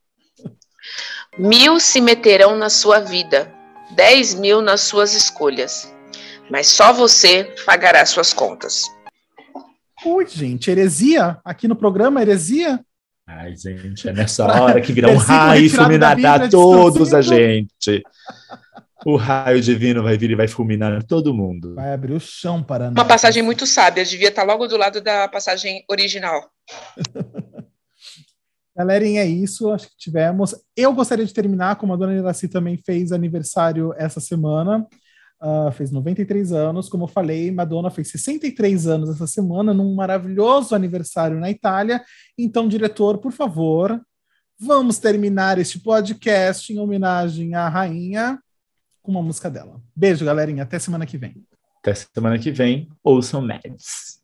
1000 se meterão na sua vida, 10.000 nas suas escolhas. mas só você pagará suas contas. Ui, gente, heresia? Aqui no programa, heresia? Ai, gente, é nessa hora que virá um Versículo raio e retirado da fulminar Bíblia, a todos a distorcido. gente. O raio divino vai vir e vai fulminar todo mundo. Vai abrir o chão para nós. Uma passagem muito sábia, devia estar logo do lado da passagem original. Galerinha, é isso, acho que tivemos. Eu gostaria de terminar, como a dona Iraci também fez aniversário essa semana, fez 93 anos, como eu falei, Madonna fez 63 anos essa semana, num maravilhoso aniversário na Itália. Então, diretor, por favor, vamos terminar este podcast em homenagem à rainha com uma música dela. Beijo, galerinha, até semana que vem. Até semana que vem, ouçam Mads.